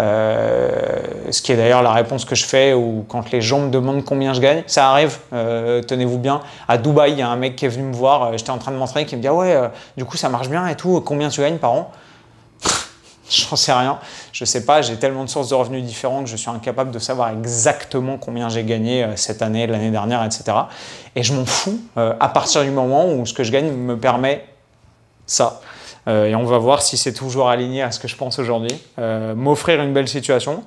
Euh, ce qui est d'ailleurs la réponse que je fais ou quand les gens me demandent combien je gagne. Ça arrive, euh, tenez-vous bien. À Dubaï, il y a un mec qui est venu me voir. Euh, J'étais en train de m'entraîner qui me dit « Ah ouais, euh, du coup, ça marche bien et tout. Combien tu gagnes par an ?» J'en sais rien. Je ne sais pas. J'ai tellement de sources de revenus différentes que je suis incapable de savoir exactement combien j'ai gagné euh, cette année, l'année dernière, et cetera. Et je m'en fous euh, à partir du moment où ce que je gagne me permet ça. Euh, et on va voir si c'est toujours aligné à ce que je pense aujourd'hui. Euh, m'offrir une belle situation,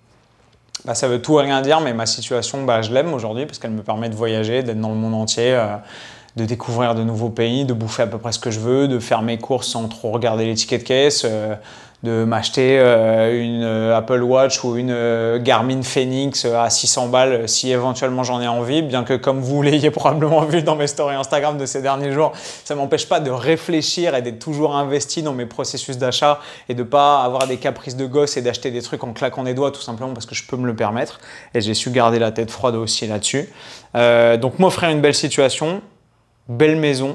bah, ça veut tout et rien dire, mais ma situation, bah, je l'aime aujourd'hui parce qu'elle me permet de voyager, d'être dans le monde entier, euh, de découvrir de nouveaux pays, de bouffer à peu près ce que je veux, de faire mes courses sans trop regarder les tickets de caisse, euh, de m'acheter euh, une euh, Apple Watch ou une euh, Garmin Fenix à six cents balles si éventuellement j'en ai envie, bien que comme vous l'ayez probablement vu dans mes stories Instagram de ces derniers jours, ça ne m'empêche pas de réfléchir et d'être toujours investi dans mes processus d'achat et de ne pas avoir des caprices de gosse et d'acheter des trucs en claquant des doigts tout simplement parce que je peux me le permettre et j'ai su garder la tête froide aussi là-dessus. Euh, donc m'offrir une belle situation, belle maison.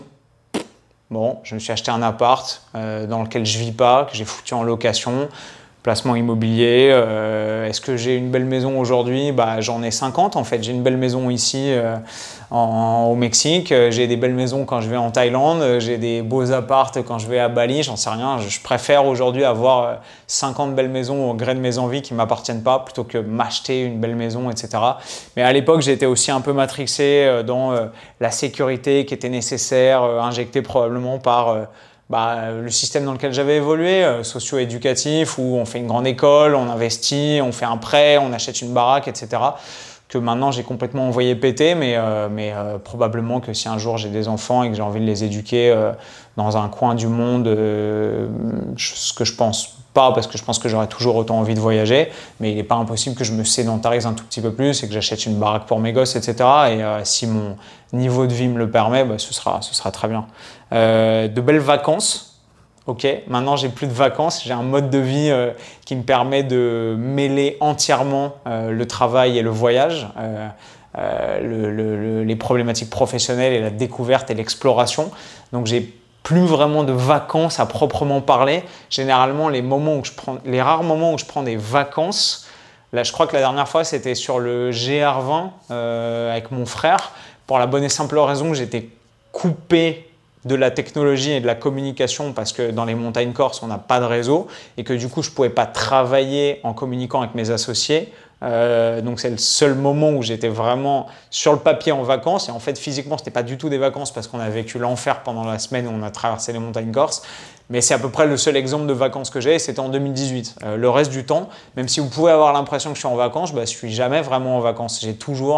Bon, je me suis acheté un appart euh, dans lequel je ne vis pas, que j'ai foutu en location, placement immobilier. Euh, Est-ce que j'ai une belle maison aujourd'hui? Bah, j'en ai cinquante en fait. J'ai une belle maison ici euh, en, au Mexique. J'ai des belles maisons quand je vais en Thaïlande. J'ai des beaux appartes quand je vais à Bali. J'en sais rien. Je, je préfère aujourd'hui avoir cinquante belles maisons au gré de mes envies qui ne m'appartiennent pas plutôt que m'acheter une belle maison, et cetera. Mais à l'époque, j'étais aussi un peu matrixé dans euh, la sécurité qui était nécessaire, euh, injectée probablement par... Euh, Bah, le système dans lequel j'avais évolué, euh, socio-éducatif, où on fait une grande école, on investit, on fait un prêt, on achète une baraque, et cetera. Que maintenant j'ai complètement envoyé péter, mais, euh, mais euh, probablement que si un jour j'ai des enfants et que j'ai envie de les éduquer euh, dans un coin du monde, euh, ce que je pense pas, parce que je pense que j'aurai toujours autant envie de voyager, mais il n'est pas impossible que je me sédentarise un tout petit peu plus et que j'achète une baraque pour mes gosses, et cetera. Et euh, si mon niveau de vie me le permet, bah, ce sera, ce sera très bien. Euh, de belles vacances. Ok, maintenant j'ai plus de vacances, j'ai un mode de vie euh, qui me permet de mêler entièrement euh, le travail et le voyage, euh, euh, le, le, le, les problématiques professionnelles et la découverte et l'exploration. Donc j'ai plus vraiment de vacances à proprement parler. Généralement, les moments où je prends, les rares moments où je prends des vacances, là je crois que la dernière fois c'était sur le G R vingt euh, avec mon frère, pour la bonne et simple raison que j'étais coupé de la technologie et de la communication parce que dans les montagnes corses, on n'a pas de réseau et que du coup, je ne pouvais pas travailler en communiquant avec mes associés. Euh, donc, c'est le seul moment où j'étais vraiment sur le papier en vacances. Et en fait, physiquement, ce n'était pas du tout des vacances parce qu'on a vécu l'enfer pendant la semaine où on a traversé les montagnes corses. Mais c'est à peu près le seul exemple de vacances que j'ai et c'était en deux mille dix-huit. Euh, le reste du temps, même si vous pouvez avoir l'impression que je suis en vacances, bah, je ne suis jamais vraiment en vacances. J'ai toujours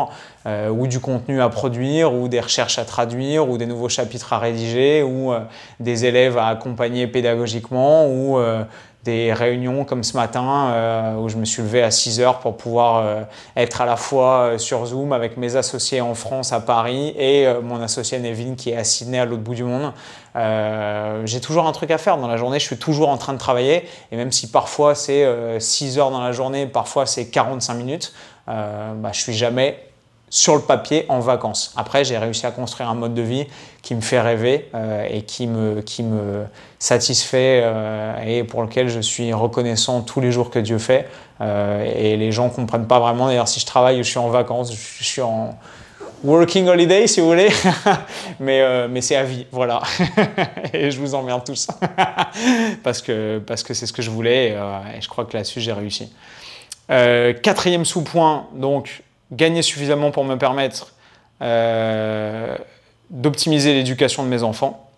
euh, ou du contenu à produire, ou des recherches à traduire, ou des nouveaux chapitres à rédiger, ou euh, des élèves à accompagner pédagogiquement, ou euh, des réunions comme ce matin euh, où je me suis levé à six heures pour pouvoir euh, être à la fois euh, sur Zoom avec mes associés en France à Paris et euh, mon associé Nevin qui est à Sydney à l'autre bout du monde. Euh, j'ai toujours un truc à faire dans la journée, je suis toujours en train de travailler et même si parfois c'est euh, six heures dans la journée, parfois c'est quarante-cinq minutes, euh, bah, je suis jamais sur le papier en vacances. Après, j'ai réussi à construire un mode de vie qui me fait rêver euh, et qui me, qui me satisfait euh, et pour lequel je suis reconnaissant tous les jours que Dieu fait. Euh, et les gens ne comprennent pas vraiment. D'ailleurs, si je travaille ou je suis en vacances, je suis en working holiday si vous voulez, mais, euh, mais c'est à vie, voilà. Et je vous emmerde tous parce que parce que c'est ce que je voulais et, euh, et je crois que là-dessus j'ai réussi. Euh, quatrième sous-point, donc gagner suffisamment pour me permettre euh, d'optimiser l'éducation de mes enfants.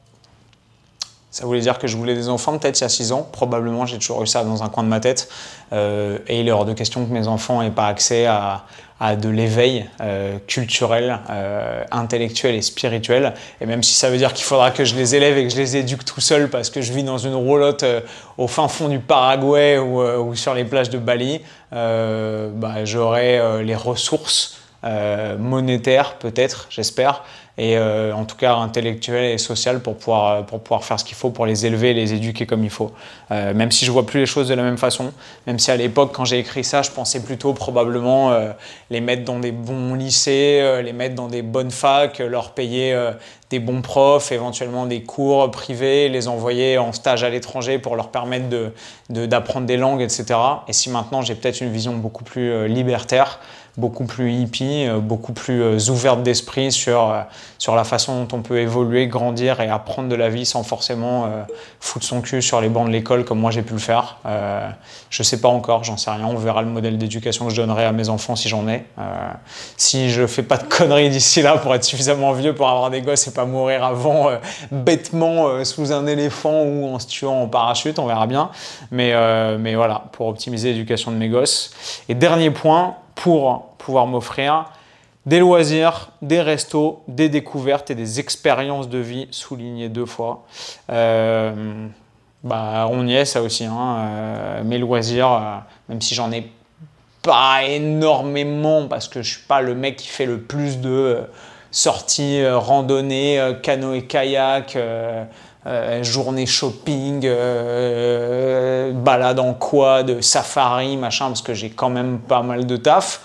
Ça voulait dire que je voulais des enfants peut-être il y a six ans. Probablement, j'ai toujours eu ça dans un coin de ma tête. Euh, et il est hors de question que mes enfants n'aient pas accès à, à de l'éveil euh, culturel, euh, intellectuel et spirituel. Et même si ça veut dire qu'il faudra que je les élève et que je les éduque tout seul parce que je vis dans une roulotte euh, au fin fond du Paraguay ou, euh, ou sur les plages de Bali, euh, bah, j'aurai euh, les ressources euh, monétaires peut-être, j'espère, et euh, en tout cas intellectuel et social pour pouvoir, pour pouvoir faire ce qu'il faut pour les élever et les éduquer comme il faut. Euh, même si je ne vois plus les choses de la même façon, même si à l'époque quand j'ai écrit ça, je pensais plutôt probablement euh, les mettre dans des bons lycées, euh, les mettre dans des bonnes facs, leur payer euh, des bons profs, éventuellement des cours privés, les envoyer en stage à l'étranger pour leur permettre de, de, d'apprendre des langues, et cetera. Et si maintenant j'ai peut-être une vision beaucoup plus euh, libertaire, beaucoup plus hippie, beaucoup plus ouverte d'esprit sur, sur la façon dont on peut évoluer, grandir et apprendre de la vie sans forcément euh, foutre son cul sur les bancs de l'école comme moi j'ai pu le faire. Euh, je ne sais pas encore, j'en sais rien, on verra le modèle d'éducation que je donnerai à mes enfants si j'en ai. Euh, si je ne fais pas de conneries d'ici là pour être suffisamment vieux pour avoir des gosses et pas mourir avant euh, bêtement euh, sous un éléphant ou en se tuant en parachute, on verra bien. Mais, euh, mais voilà, pour optimiser l'éducation de mes gosses. Et dernier point, pour pouvoir m'offrir des loisirs, des restos, des découvertes et des expériences de vie, soulignées deux fois. Euh, bah, on y est, ça aussi. Hein. Euh, mes loisirs, euh, même si j'en ai pas énormément, parce que je suis pas le mec qui fait le plus de euh, sorties, euh, randonnées, euh, canoë-kayak, euh, Euh, journée shopping, euh, balade en quad, safari, machin, parce que j'ai quand même pas mal de taf,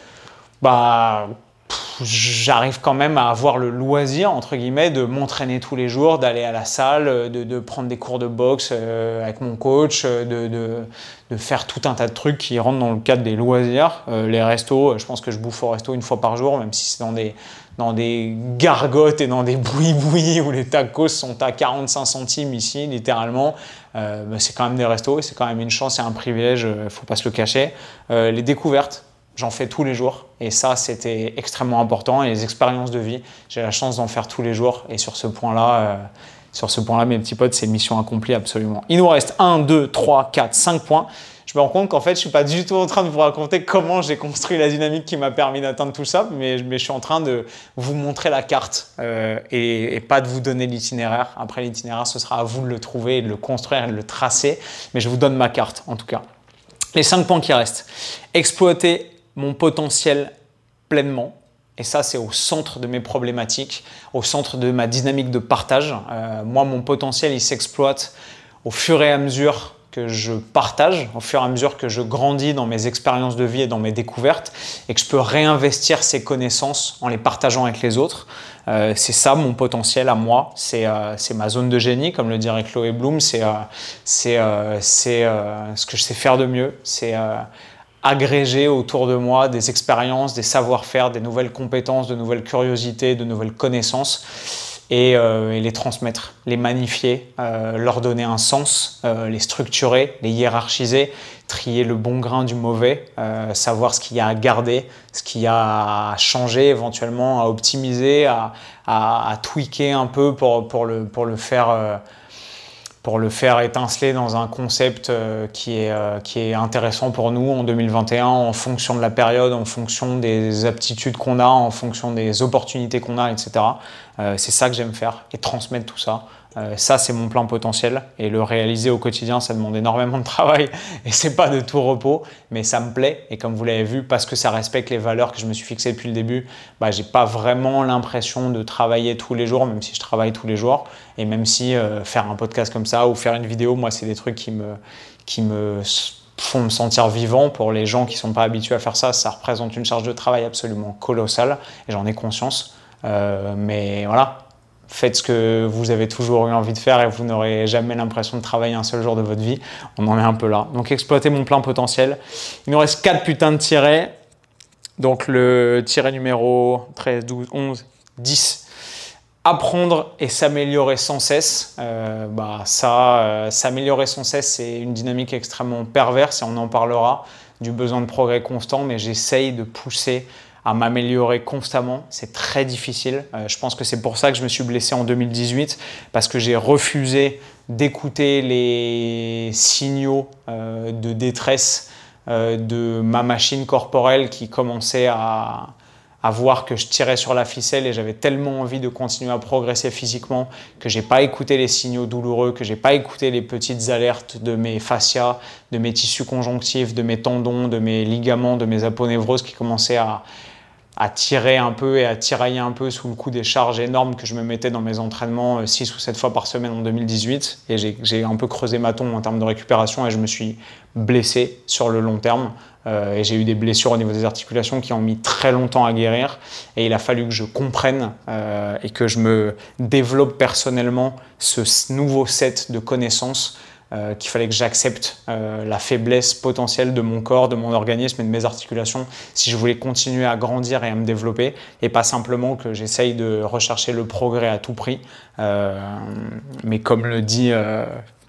bah, pff, j'arrive quand même à avoir le loisir, entre guillemets, de m'entraîner tous les jours, d'aller à la salle, de, de prendre des cours de boxe euh, avec mon coach, de, de, de faire tout un tas de trucs qui rentrent dans le cadre des loisirs. Euh, les restos, je pense que je bouffe au resto une fois par jour, même si c'est dans des dans des gargotes et dans des bouillis-bouillis où les tacos sont à quarante-cinq centimes ici, littéralement. Euh, bah, c'est quand même des restos, c'est quand même une chance et un privilège, il ne faut pas se le cacher. Euh, les découvertes, j'en fais tous les jours et ça, c'était extrêmement important. Et les expériences de vie, j'ai la chance d'en faire tous les jours et sur ce point-là, euh, sur ce point-là, mes petits potes, c'est mission accomplie absolument. Il nous reste un, deux, trois, quatre, cinq points. Je me rends compte qu'en fait, je ne suis pas du tout en train de vous raconter comment j'ai construit la dynamique qui m'a permis d'atteindre tout ça, mais, mais je suis en train de vous montrer la carte euh, et, et pas de vous donner l'itinéraire. Après, l'itinéraire, ce sera à vous de le trouver, de le construire et de le tracer, mais je vous donne ma carte en tout cas. Les cinq points qui restent. Exploiter mon potentiel pleinement. Et ça, c'est au centre de mes problématiques, au centre de ma dynamique de partage. Euh, moi, mon potentiel, il s'exploite au fur et à mesure que je partage, au fur et à mesure que je grandis dans mes expériences de vie et dans mes découvertes et que je peux réinvestir ces connaissances en les partageant avec les autres. Euh, c'est ça mon potentiel à moi, c'est, euh, c'est ma zone de génie, comme le dirait Chloé Bloom, c'est, euh, c'est, euh, c'est euh, ce que je sais faire de mieux, c'est euh, agréger autour de moi des expériences, des savoir-faire, des nouvelles compétences, de nouvelles curiosités, de nouvelles connaissances. Et, euh, et les transmettre, les magnifier, euh, leur donner un sens, euh, les structurer, les hiérarchiser, trier le bon grain du mauvais, euh, savoir ce qu'il y a à garder, ce qu'il y a à changer éventuellement, à optimiser, à, à, à tweaker un peu pour, pour, le, pour le faire... Euh, pour le faire étinceler dans un concept euh, qui, est, euh, qui est intéressant pour nous en deux mille vingt et un, en fonction de la période, en fonction des aptitudes qu'on a, en fonction des opportunités qu'on a, et cetera. Euh, c'est ça que j'aime faire et transmettre tout ça. Euh, ça, c'est mon plein potentiel et le réaliser au quotidien, ça demande énormément de travail et c'est pas de tout repos, mais ça me plaît. Et comme vous l'avez vu, parce que ça respecte les valeurs que je me suis fixées depuis le début, bah, j'ai pas vraiment l'impression de travailler tous les jours, même si je travaille tous les jours. Et même si euh, faire un podcast comme ça ou faire une vidéo, moi, c'est des trucs qui me, qui me font me sentir vivant. Pour les gens qui sont pas habitués à faire ça, ça représente une charge de travail absolument colossale et j'en ai conscience. Euh, mais voilà. Faites ce que vous avez toujours eu envie de faire et vous n'aurez jamais l'impression de travailler un seul jour de votre vie. On en est un peu là. Donc exploitez mon plein potentiel. Il nous reste quatre putains de tirets. Donc le tiret numéro treize, douze, onze, dix. Apprendre et s'améliorer sans cesse. Euh, bah ça, euh, s'améliorer sans cesse, c'est une dynamique extrêmement perverse et on en parlera du besoin de progrès constant, mais j'essaye de pousser à m'améliorer constamment. C'est très difficile. Euh, je pense que c'est pour ça que je me suis blessé en deux mille dix-huit, parce que j'ai refusé d'écouter les signaux euh, de détresse euh, de ma machine corporelle qui commençait à, à voir que je tirais sur la ficelle et j'avais tellement envie de continuer à progresser physiquement que j'ai pas écouté les signaux douloureux, que j'ai pas écouté les petites alertes de mes fascias, de mes tissus conjonctifs, de mes tendons, de mes ligaments, de mes aponevroses qui commençaient à à tirer un peu et à tirailler un peu sous le coup des charges énormes que je me mettais dans mes entraînements six ou sept fois par semaine en deux mille dix-huit. Et j'ai, j'ai un peu creusé ma tombe en termes de récupération et je me suis blessé sur le long terme. Euh, et j'ai eu des blessures au niveau des articulations qui ont mis très longtemps à guérir. Et il a fallu que je comprenne euh, et que je me développe personnellement ce nouveau set de connaissances. Euh, qu'il fallait que j'accepte euh, la faiblesse potentielle de mon corps, de mon organisme et de mes articulations si je voulais continuer à grandir et à me développer et pas simplement que j'essaye de rechercher le progrès à tout prix. Euh, mais comme le dit... Euh,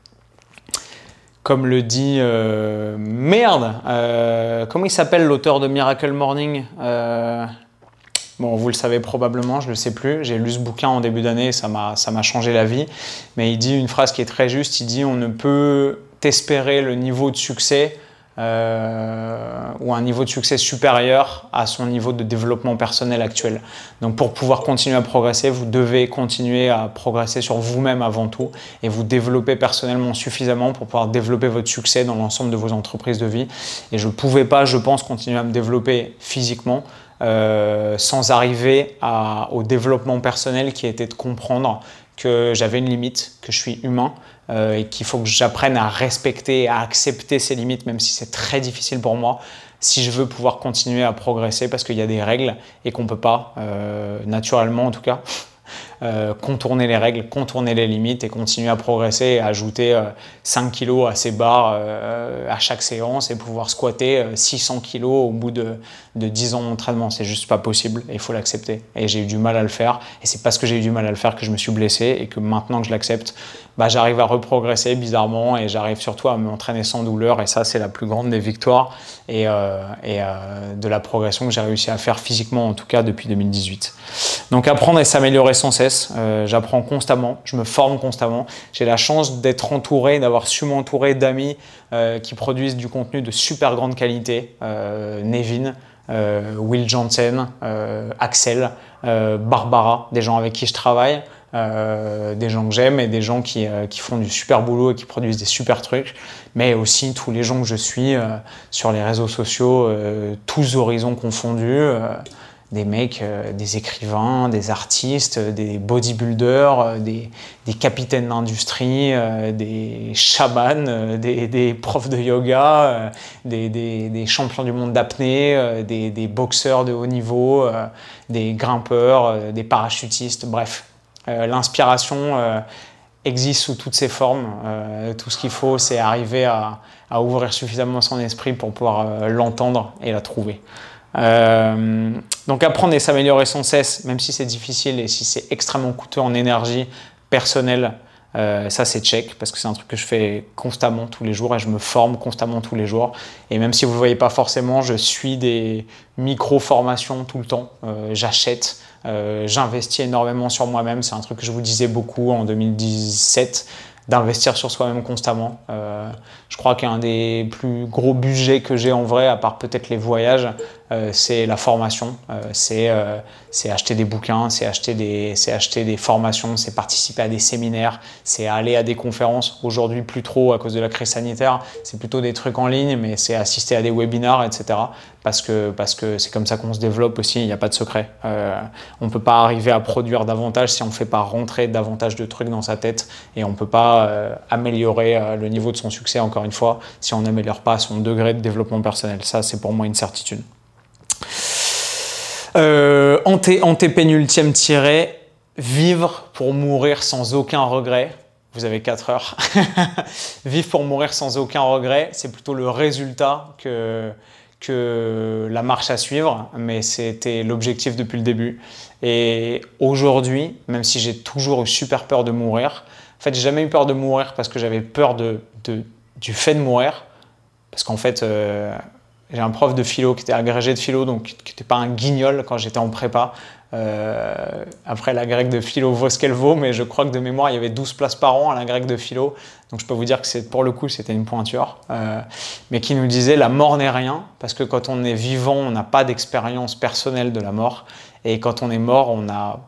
comme le dit... Euh, merde euh, Comment il s'appelle l'auteur de Miracle Morning euh, Bon, vous le savez probablement, je ne le sais plus. J'ai lu ce bouquin en début d'année et ça m'a, ça m'a changé la vie. Mais il dit une phrase qui est très juste. Il dit « On ne peut espérer le niveau de succès euh, ou un niveau de succès supérieur à son niveau de développement personnel actuel. » Donc pour pouvoir continuer à progresser, vous devez continuer à progresser sur vous-même avant tout et vous développer personnellement suffisamment pour pouvoir développer votre succès dans l'ensemble de vos entreprises de vie. Et je ne pouvais pas, je pense, continuer à me développer physiquement Euh, sans arriver à, au développement personnel qui était de comprendre que j'avais une limite, que je suis humain euh, et qu'il faut que j'apprenne à respecter, à accepter ces limites, même si c'est très difficile pour moi, si je veux pouvoir continuer à progresser parce qu'il y a des règles et qu'on ne peut pas, euh, naturellement en tout cas, Euh, contourner les règles, contourner les limites et continuer à progresser et ajouter euh, cinq kilos à ses barres euh, à chaque séance et pouvoir squatter euh, six cents kilos au bout de, de dix ans d'entraînement. C'est juste pas possible et il faut l'accepter. Et j'ai eu du mal à le faire et c'est parce que j'ai eu du mal à le faire que je me suis blessé et que maintenant que je l'accepte, bah, j'arrive à reprogresser bizarrement et j'arrive surtout à m'entraîner sans douleur et ça c'est la plus grande des victoires et, euh, et euh, de la progression que j'ai réussi à faire physiquement en tout cas depuis deux mille dix-huit. Donc apprendre et s'améliorer sans cesse, euh, j'apprends constamment, je me forme constamment. J'ai la chance d'être entouré, d'avoir su m'entourer d'amis euh, qui produisent du contenu de super grande qualité. Euh, Nevin, euh, Will Johnson, euh, Axel, euh, Barbara, des gens avec qui je travaille, euh, des gens que j'aime et des gens qui, euh, qui font du super boulot et qui produisent des super trucs, mais aussi tous les gens que je suis euh, sur les réseaux sociaux, euh, tous horizons confondus. Euh, des mecs, euh, des écrivains, des artistes, des bodybuilders, euh, des, des capitaines d'industrie, euh, des chamans, euh, des, des profs de yoga, euh, des, des, des champions du monde d'apnée, euh, des, des boxeurs de haut niveau, euh, des grimpeurs, euh, des parachutistes, bref. Euh, l'inspiration euh, existe sous toutes ses formes. Euh, tout ce qu'il faut, c'est arriver à, à ouvrir suffisamment son esprit pour pouvoir euh, l'entendre et la trouver. Euh, donc apprendre et s'améliorer sans cesse, même si c'est difficile et si c'est extrêmement coûteux en énergie personnelle, euh, ça c'est check parce que c'est un truc que je fais constamment tous les jours et je me forme constamment tous les jours. Et même si vous ne voyez pas forcément, je suis des micro-formations tout le temps, euh, j'achète, euh, j'investis énormément sur moi-même. C'est un truc que je vous disais beaucoup en deux mille dix-sept. d'investir sur soi-même constamment. Euh, je crois qu'un des plus gros budgets que j'ai en vrai, à part peut-être les voyages, euh, c'est la formation. Euh, c'est euh, c'est acheter des bouquins, c'est acheter des, c'est acheter des formations, c'est participer à des séminaires, c'est aller à des conférences. Aujourd'hui, plus trop à cause de la crise sanitaire, c'est plutôt des trucs en ligne, mais c'est assister à des webinars, et cetera. Parce que parce que c'est comme ça qu'on se développe aussi, il n'y a pas de secret. Euh, on ne peut pas arriver à produire davantage si on ne fait pas rentrer davantage de trucs dans sa tête, et on ne peut pas euh, améliorer euh, le niveau de son succès, encore une fois, si on n'améliore pas son degré de développement personnel. Ça, c'est pour moi une certitude. Euh, anté, antépénultième tiré, vivre pour mourir sans aucun regret. Vous avez quatre heures. Vivre pour mourir sans aucun regret, c'est plutôt le résultat que, que la marche à suivre, mais c'était l'objectif depuis le début. Et aujourd'hui, même si j'ai toujours eu super peur de mourir, en fait, j'ai jamais eu peur de mourir parce que j'avais peur de, de, du fait de mourir. Parce qu'en fait, euh, j'ai un prof de philo qui était agrégé de philo, donc qui n'était pas un guignol quand j'étais en prépa. Euh, après, la grecque de philo vaut ce qu'elle vaut, mais je crois que de mémoire, il y avait douze places par an à la grecque de philo. Donc je peux vous dire que c'est, pour le coup, c'était une pointure. Euh, mais qui nous disait la mort n'est rien, parce que quand on est vivant, on n'a pas d'expérience personnelle de la mort. Et quand on est mort, on n'a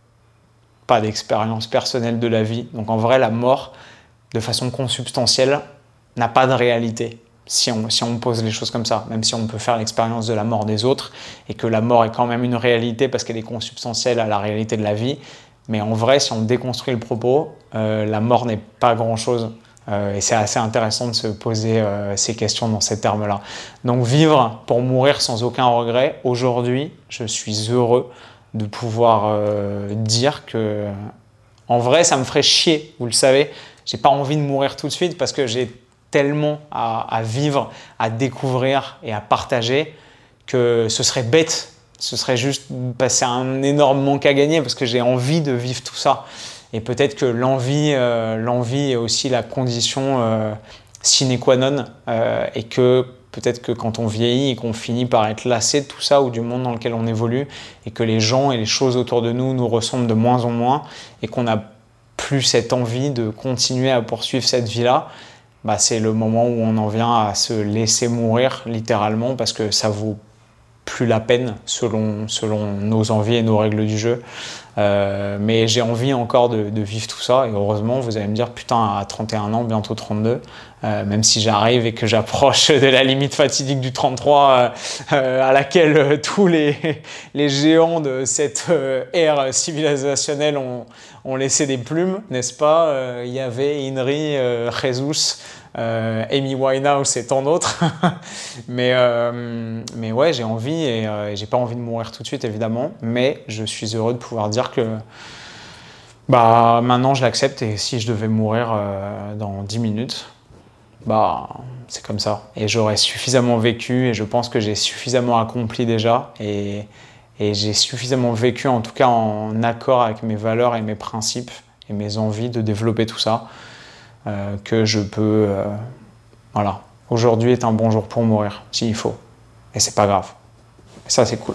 pas d'expérience personnelle de la vie. Donc en vrai, la mort, de façon consubstantielle, n'a pas de réalité. Si on, si on pose les choses comme ça, même si on peut faire l'expérience de la mort des autres, et que la mort est quand même une réalité parce qu'elle est consubstantielle à la réalité de la vie, mais en vrai, si on déconstruit le propos, euh, la mort n'est pas grand-chose. Euh, et c'est assez intéressant de se poser euh, ces questions dans ces termes-là. Donc vivre pour mourir sans aucun regret, aujourd'hui, je suis heureux de pouvoir euh, dire que, en vrai, ça me ferait chier, vous le savez, j'ai pas envie de mourir tout de suite parce que j'ai tellement à, à vivre, à découvrir et à partager que ce serait bête, ce serait juste passer un énorme manque à gagner parce que j'ai envie de vivre tout ça. Et peut-être que l'envie, euh, l'envie est aussi la condition euh, sine qua non euh, et que peut-être que quand on vieillit et qu'on finit par être lassé de tout ça ou du monde dans lequel on évolue et que les gens et les choses autour de nous nous ressemblent de moins en moins et qu'on n'a plus cette envie de continuer à poursuivre cette vie-là, bah, c'est le moment où on en vient à se laisser mourir littéralement parce que ça vaut plus la peine selon, selon nos envies et nos règles du jeu. Euh, mais j'ai envie encore de, de vivre tout ça et heureusement vous allez me dire putain à trente et un ans, bientôt trente-deux, euh, même si j'arrive et que j'approche de la limite fatidique du trente-trois euh, euh, à laquelle euh, tous les, les géants de cette euh, ère civilisationnelle ont, ont laissé des plumes, n'est-ce pas? euh, Yahvé, Inri, euh, Jesus, Euh, Amy Winehouse et tant d'autres. mais, euh, mais ouais, j'ai envie et euh, j'ai pas envie de mourir tout de suite évidemment, mais je suis heureux de pouvoir dire que bah, maintenant je l'accepte et si je devais mourir euh, dans dix minutes, bah, c'est comme ça. Et j'aurais suffisamment vécu et je pense que j'ai suffisamment accompli déjà et, et j'ai suffisamment vécu en tout cas en accord avec mes valeurs et mes principes et mes envies de développer tout ça. Euh, que je peux... Euh, voilà. Aujourd'hui est un bon jour pour mourir, s'il faut. Et c'est pas grave. Et ça, c'est cool.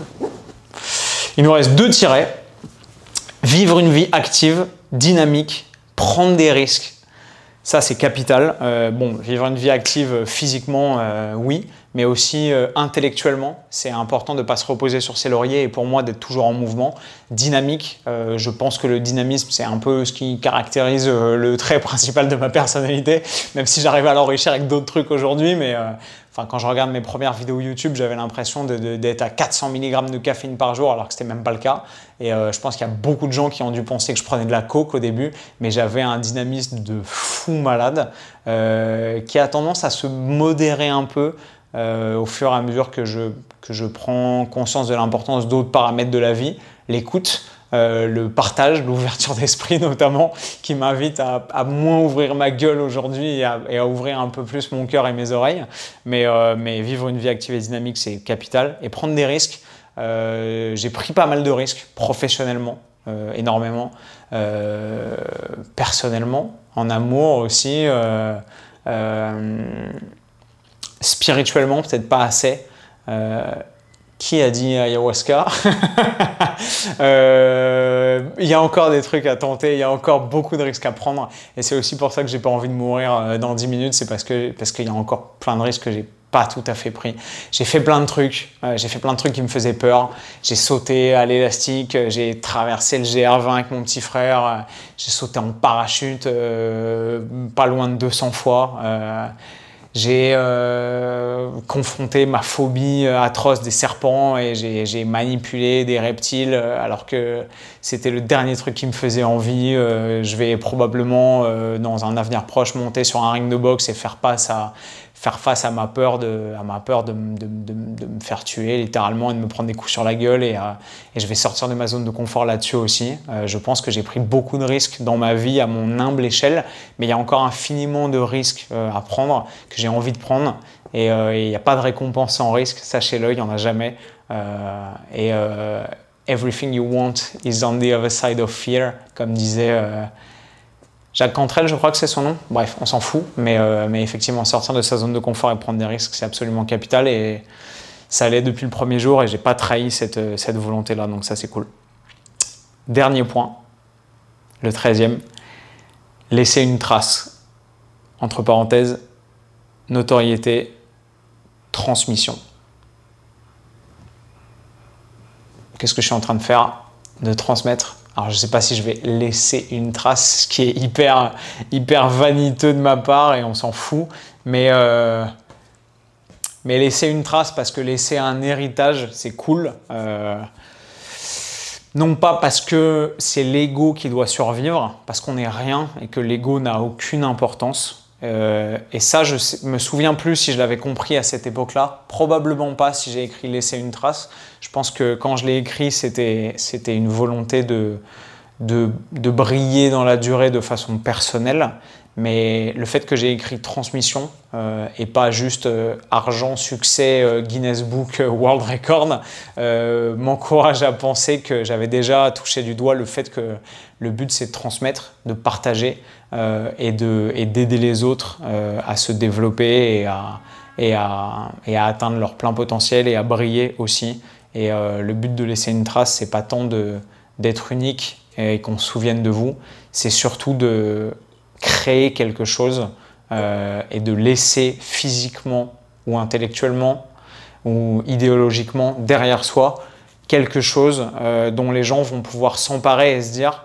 Il nous reste deux tirets. Vivre une vie active, dynamique, prendre des risques. Ça, c'est capital. Euh, bon, vivre une vie active physiquement, euh, oui, mais aussi euh, intellectuellement. C'est important de ne pas se reposer sur ses lauriers et pour moi d'être toujours en mouvement. Dynamique, euh, je pense que le dynamisme, c'est un peu ce qui caractérise euh, le trait principal de ma personnalité, même si j'arrive à l'enrichir avec d'autres trucs aujourd'hui, mais euh, enfin, quand je regarde mes premières vidéos YouTube, j'avais l'impression de, de, d'être à quatre cents milligrammes de caféine par jour, alors que c'était même pas le cas. Et euh, je pense qu'il y a beaucoup de gens qui ont dû penser que je prenais de la coke au début, mais j'avais un dynamisme de fou malade euh, qui a tendance à se modérer un peu euh, au fur et à mesure que je, que je prends conscience de l'importance d'autres paramètres de la vie, l'écoute. Euh, le partage, l'ouverture d'esprit notamment, qui m'invite à, à moins ouvrir ma gueule aujourd'hui et à, et à ouvrir un peu plus mon cœur et mes oreilles. Mais, euh, mais vivre une vie active et dynamique, c'est capital. Et prendre des risques. Euh, j'ai pris pas mal de risques professionnellement, euh, énormément. Euh, personnellement, en amour aussi. Euh, euh, spirituellement, peut-être pas assez. Euh, Qui a dit ayahuasca? euh, Il y a encore des trucs à tenter, il y a encore beaucoup de risques à prendre. Et c'est aussi pour ça que j'ai pas envie de mourir dans dix minutes. C'est parce que parce qu'il y a encore plein de risques que j'ai pas tout à fait pris. J'ai fait plein de trucs, euh, j'ai fait plein de trucs qui me faisaient peur. J'ai sauté à l'élastique, j'ai traversé le G R vingt avec mon petit frère, euh, j'ai sauté en parachute euh, pas loin de deux cents fois. Euh, j'ai euh, confronté ma phobie atroce des serpents et j'ai, j'ai manipulé des reptiles alors que c'était le dernier truc qui me faisait envie. Euh, je vais probablement, euh, dans un avenir proche, monter sur un ring de boxe et faire face à faire face à ma peur de, à ma peur de, de, de, de me faire tuer littéralement et de me prendre des coups sur la gueule et, euh, et je vais sortir de ma zone de confort là-dessus aussi. Euh, je pense que j'ai pris beaucoup de risques dans ma vie à mon humble échelle, mais il y a encore infiniment de risques euh, à prendre que j'ai envie de prendre et il euh, n'y a pas de récompense sans risque, sachez-le, il n'y en a jamais. Euh, et euh, everything you want is on the other side of fear, comme disait euh, Jacques Cantrell, je crois que c'est son nom. Bref, on s'en fout, mais, euh, mais effectivement, sortir de sa zone de confort et prendre des risques, c'est absolument capital. Et ça allait depuis le premier jour et j'ai pas trahi cette, cette volonté-là, donc ça c'est cool. Dernier point, le treizième, laisser une trace. Entre parenthèses, notoriété, transmission. Qu'est-ce que je suis en train de faire? De transmettre. Alors je ne sais pas si je vais laisser une trace, ce qui est hyper, hyper vaniteux de ma part et on s'en fout, mais, euh, mais laisser une trace parce que laisser un héritage, c'est cool. Euh, non pas parce que c'est l'ego qui doit survivre, parce qu'on n'est rien et que l'ego n'a aucune importance. Euh, et ça, je sais, me souviens plus si je l'avais compris à cette époque-là. Probablement pas si j'ai écrit « Laisser une trace ». Je pense que quand je l'ai écrit, c'était, c'était une volonté de, de, de briller dans la durée de façon personnelle. Mais le fait que j'ai écrit « Transmission euh, » et pas juste euh, « Argent, succès, euh, Guinness Book, euh, World Record euh, » m'encourage à penser que j'avais déjà touché du doigt le fait que le but, c'est de transmettre, de partager euh, et, de, et d'aider les autres euh, à se développer et à, et, à, et à atteindre leur plein potentiel et à briller aussi. Et euh, le but de laisser une trace, c'est pas tant de, d'être unique et qu'on se souvienne de vous, c'est surtout de créer quelque chose euh, et de laisser physiquement ou intellectuellement ou idéologiquement derrière soi quelque chose euh, dont les gens vont pouvoir s'emparer et se dire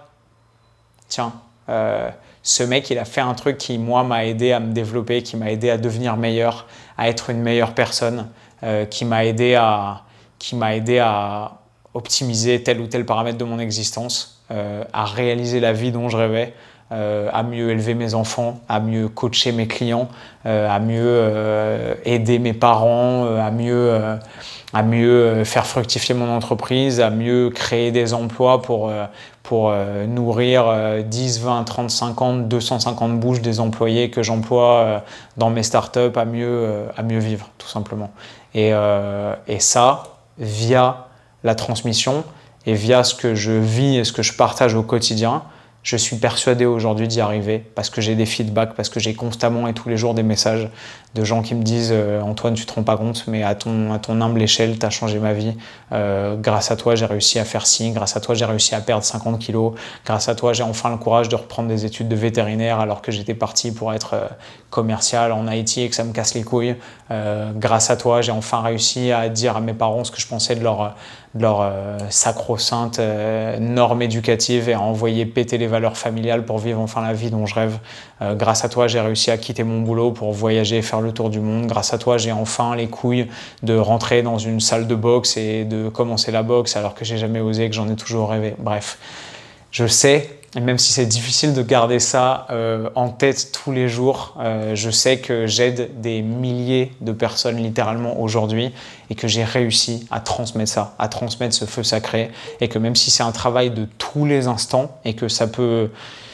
tiens, euh, ce mec il a fait un truc qui moi m'a aidé à me développer, qui m'a aidé à devenir meilleur, à être une meilleure personne, euh, qui m'a aidé à, qui m'a aidé à optimiser tel ou tel paramètre de mon existence, euh, à réaliser la vie dont je rêvais, Euh, à mieux élever mes enfants, à mieux coacher mes clients, euh, à mieux euh, aider mes parents, euh, à mieux, euh, à mieux faire fructifier mon entreprise, à mieux créer des emplois pour, euh, pour euh, nourrir euh, dix, vingt, trente, cinquante, deux cent cinquante bouches des employés que j'emploie euh, dans mes startups, à mieux, euh, à mieux vivre, tout simplement. Et, euh, et ça, via la transmission et via ce que je vis et ce que je partage au quotidien, je suis persuadé aujourd'hui d'y arriver parce que j'ai des feedbacks, parce que j'ai constamment et tous les jours des messages de gens qui me disent euh, « Antoine, tu te rends pas compte, mais à ton, à ton humble échelle, tu as changé ma vie. Euh, grâce à toi, j'ai réussi à faire ci. Grâce à toi, j'ai réussi à perdre cinquante kilos. Grâce à toi, j'ai enfin le courage de reprendre des études de vétérinaire alors que j'étais parti pour être euh, commercial en I T et que ça me casse les couilles. Euh, grâce à toi, j'ai enfin réussi à dire à mes parents ce que je pensais de leur, de leur euh, sacro-sainte euh, norme éducative et à envoyer péter les valeurs familiales pour vivre enfin la vie dont je rêve. Euh, grâce à toi, j'ai réussi à quitter mon boulot pour voyager et faire le tour du monde. Grâce à toi, j'ai enfin les couilles de rentrer dans une salle de boxe et de commencer la boxe alors que j'ai jamais osé, que j'en ai toujours rêvé. Bref, je sais, et même si c'est difficile de garder ça euh, en tête tous les jours, euh, je sais que j'aide des milliers de personnes littéralement aujourd'hui et que j'ai réussi à transmettre ça, à transmettre ce feu sacré et que même si c'est un travail de tous les instants et que ça peut...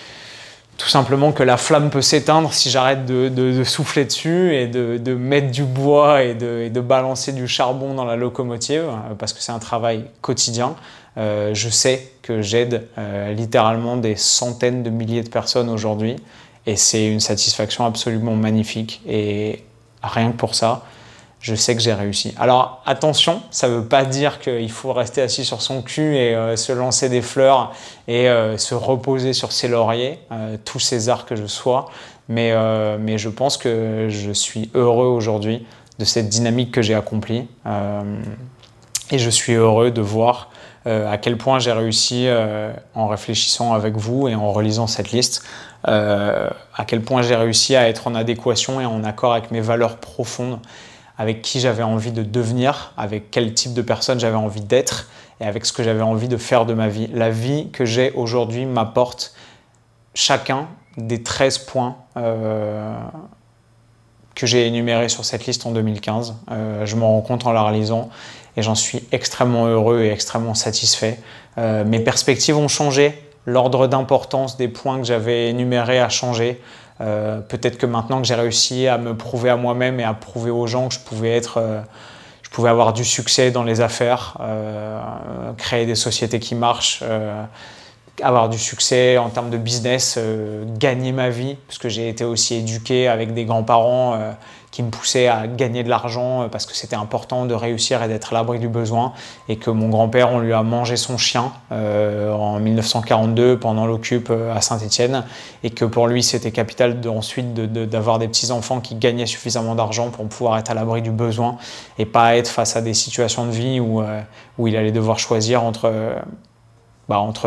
Tout simplement que la flamme peut s'éteindre si j'arrête de, de, de souffler dessus et de, de mettre du bois et de, et de balancer du charbon dans la locomotive, parce que c'est un travail quotidien. Euh, je sais que j'aide euh, littéralement des centaines de milliers de personnes aujourd'hui et c'est une satisfaction absolument magnifique. Et rien que pour ça, je sais que j'ai réussi. Alors attention, ça ne veut pas dire qu'il faut rester assis sur son cul et euh, se lancer des fleurs et euh, se reposer sur ses lauriers, euh, tout César que je sois, mais, euh, mais je pense que je suis heureux aujourd'hui de cette dynamique que j'ai accomplie euh, et je suis heureux de voir euh, à quel point j'ai réussi euh, en réfléchissant avec vous et en relisant cette liste, euh, à quel point j'ai réussi à être en adéquation et en accord avec mes valeurs profondes, avec qui j'avais envie de devenir, avec quel type de personne j'avais envie d'être et avec ce que j'avais envie de faire de ma vie. La vie que j'ai aujourd'hui m'apporte chacun des treize points euh, que j'ai énumérés sur cette liste en deux mille quinze. Euh, je m'en rends compte en la relisant et j'en suis extrêmement heureux et extrêmement satisfait. Euh, mes perspectives ont changé, l'ordre d'importance des points que j'avais énumérés a changé. Euh, peut-être que maintenant que j'ai réussi à me prouver à moi-même et à prouver aux gens que je pouvais être, euh, je pouvais avoir du succès dans les affaires, euh, créer des sociétés qui marchent, euh, avoir du succès en termes de business, euh, gagner ma vie, parce que j'ai été aussi éduqué avec des grands-parents euh, qui me poussaient à gagner de l'argent euh, parce que c'était important de réussir et d'être à l'abri du besoin, et que mon grand-père, on lui a mangé son chien euh, en mille neuf cent quarante-deux pendant l'Occupe euh, à Saint-Étienne, et que pour lui c'était capital de, ensuite de, de, d'avoir des petits-enfants qui gagnaient suffisamment d'argent pour pouvoir être à l'abri du besoin et pas être face à des situations de vie où, euh, où il allait devoir choisir entre... Euh, Bah, entre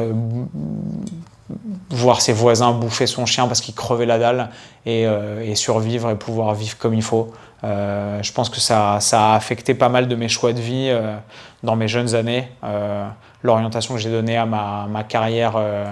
voir ses voisins bouffer son chien parce qu'il crevait la dalle et, euh, et survivre et pouvoir vivre comme il faut. Euh, je pense que ça, ça a affecté pas mal de mes choix de vie euh, dans mes jeunes années. Euh, l'orientation que j'ai donnée à ma, ma carrière euh,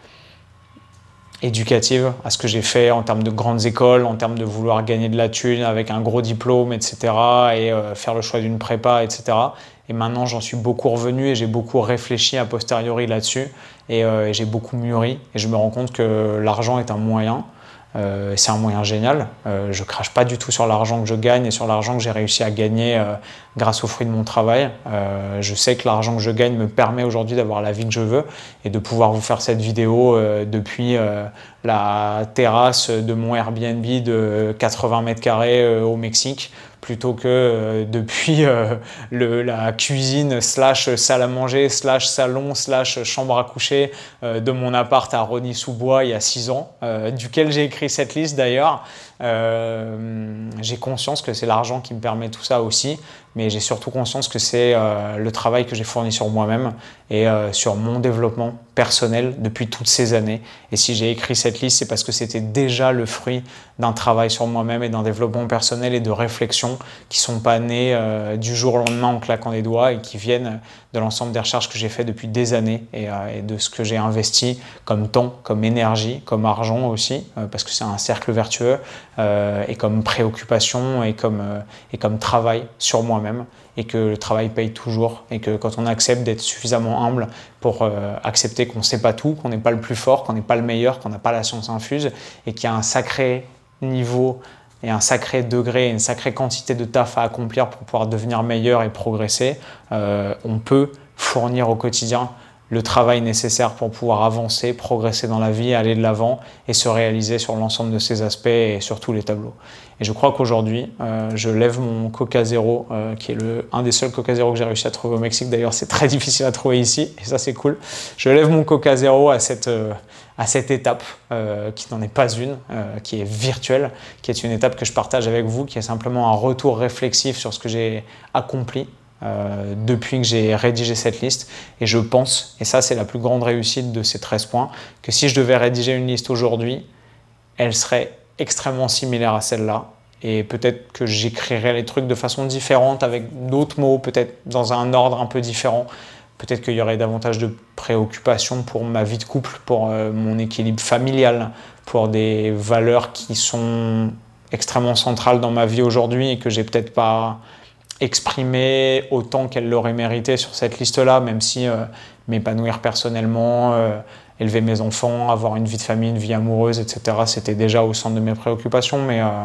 éducative, à ce que j'ai fait en termes de grandes écoles, en termes de vouloir gagner de la thune avec un gros diplôme, et cetera, et euh, faire le choix d'une prépa, et cetera. Et maintenant, j'en suis beaucoup revenu et j'ai beaucoup réfléchi a posteriori là-dessus, et, euh, et j'ai beaucoup mûri, et je me rends compte que l'argent est un moyen. Euh, c'est un moyen génial. Euh, je crache pas du tout sur l'argent que je gagne et sur l'argent que j'ai réussi à gagner euh, grâce aux fruits de mon travail. Euh, je sais que l'argent que je gagne me permet aujourd'hui d'avoir la vie que je veux et de pouvoir vous faire cette vidéo euh, depuis euh, la terrasse de mon Airbnb de quatre-vingts mètres carrés euh, au Mexique, plutôt que euh, depuis euh, le, la cuisine slash salle à manger slash salon slash chambre à coucher euh, de mon appart à Rosny-sous-Bois il y a six ans, euh, duquel j'ai écrit cette liste d'ailleurs. Euh, j'ai conscience que c'est l'argent qui me permet tout ça aussi, mais j'ai surtout conscience que c'est euh, le travail que j'ai fourni sur moi-même et euh, sur mon développement personnel depuis toutes ces années. Et si j'ai écrit cette liste, c'est parce que c'était déjà le fruit d'un travail sur moi-même et d'un développement personnel et de réflexions qui sont pas nées euh, du jour au lendemain en claquant des doigts et qui viennent de l'ensemble des recherches que j'ai fait depuis des années et, euh, et de ce que j'ai investi comme temps, comme énergie, comme argent aussi, euh, parce que c'est un cercle vertueux, euh, et comme préoccupation et comme, euh, et comme travail sur moi-même, et que le travail paye toujours, et que quand on accepte d'être suffisamment humble pour euh, accepter qu'on ne sait pas tout, qu'on n'est pas le plus fort, qu'on n'est pas le meilleur, qu'on n'a pas la science infuse, et qu'il y a un sacré niveau et un sacré degré, une sacrée quantité de taf à accomplir pour pouvoir devenir meilleur et progresser, euh, on peut fournir au quotidien le travail nécessaire pour pouvoir avancer, progresser dans la vie, aller de l'avant et se réaliser sur l'ensemble de ces aspects et sur tous les tableaux. Et je crois qu'aujourd'hui, euh, je lève mon Coca Zéro, euh, qui est le, un des seuls Coca Zéro que j'ai réussi à trouver au Mexique. D'ailleurs, c'est très difficile à trouver ici, et ça, c'est cool. Je lève mon Coca Zéro à cette, euh, à cette étape, euh, qui n'en est pas une, euh, qui est virtuelle, qui est une étape que je partage avec vous, qui est simplement un retour réflexif sur ce que j'ai accompli Euh, depuis que j'ai rédigé cette liste, et je pense, et ça c'est la plus grande réussite de ces treize points, que si je devais rédiger une liste aujourd'hui, elle serait extrêmement similaire à celle-là, et peut-être que j'écrirais les trucs de façon différente avec d'autres mots, peut-être dans un ordre un peu différent, peut-être qu'il y aurait davantage de préoccupations pour ma vie de couple, pour euh, mon équilibre familial, pour des valeurs qui sont extrêmement centrales dans ma vie aujourd'hui et que j'ai peut-être pas exprimer autant qu'elle l'aurait mérité sur cette liste-là, même si euh, m'épanouir personnellement, euh, élever mes enfants, avoir une vie de famille, une vie amoureuse, et cetera, c'était déjà au centre de mes préoccupations, mais, euh,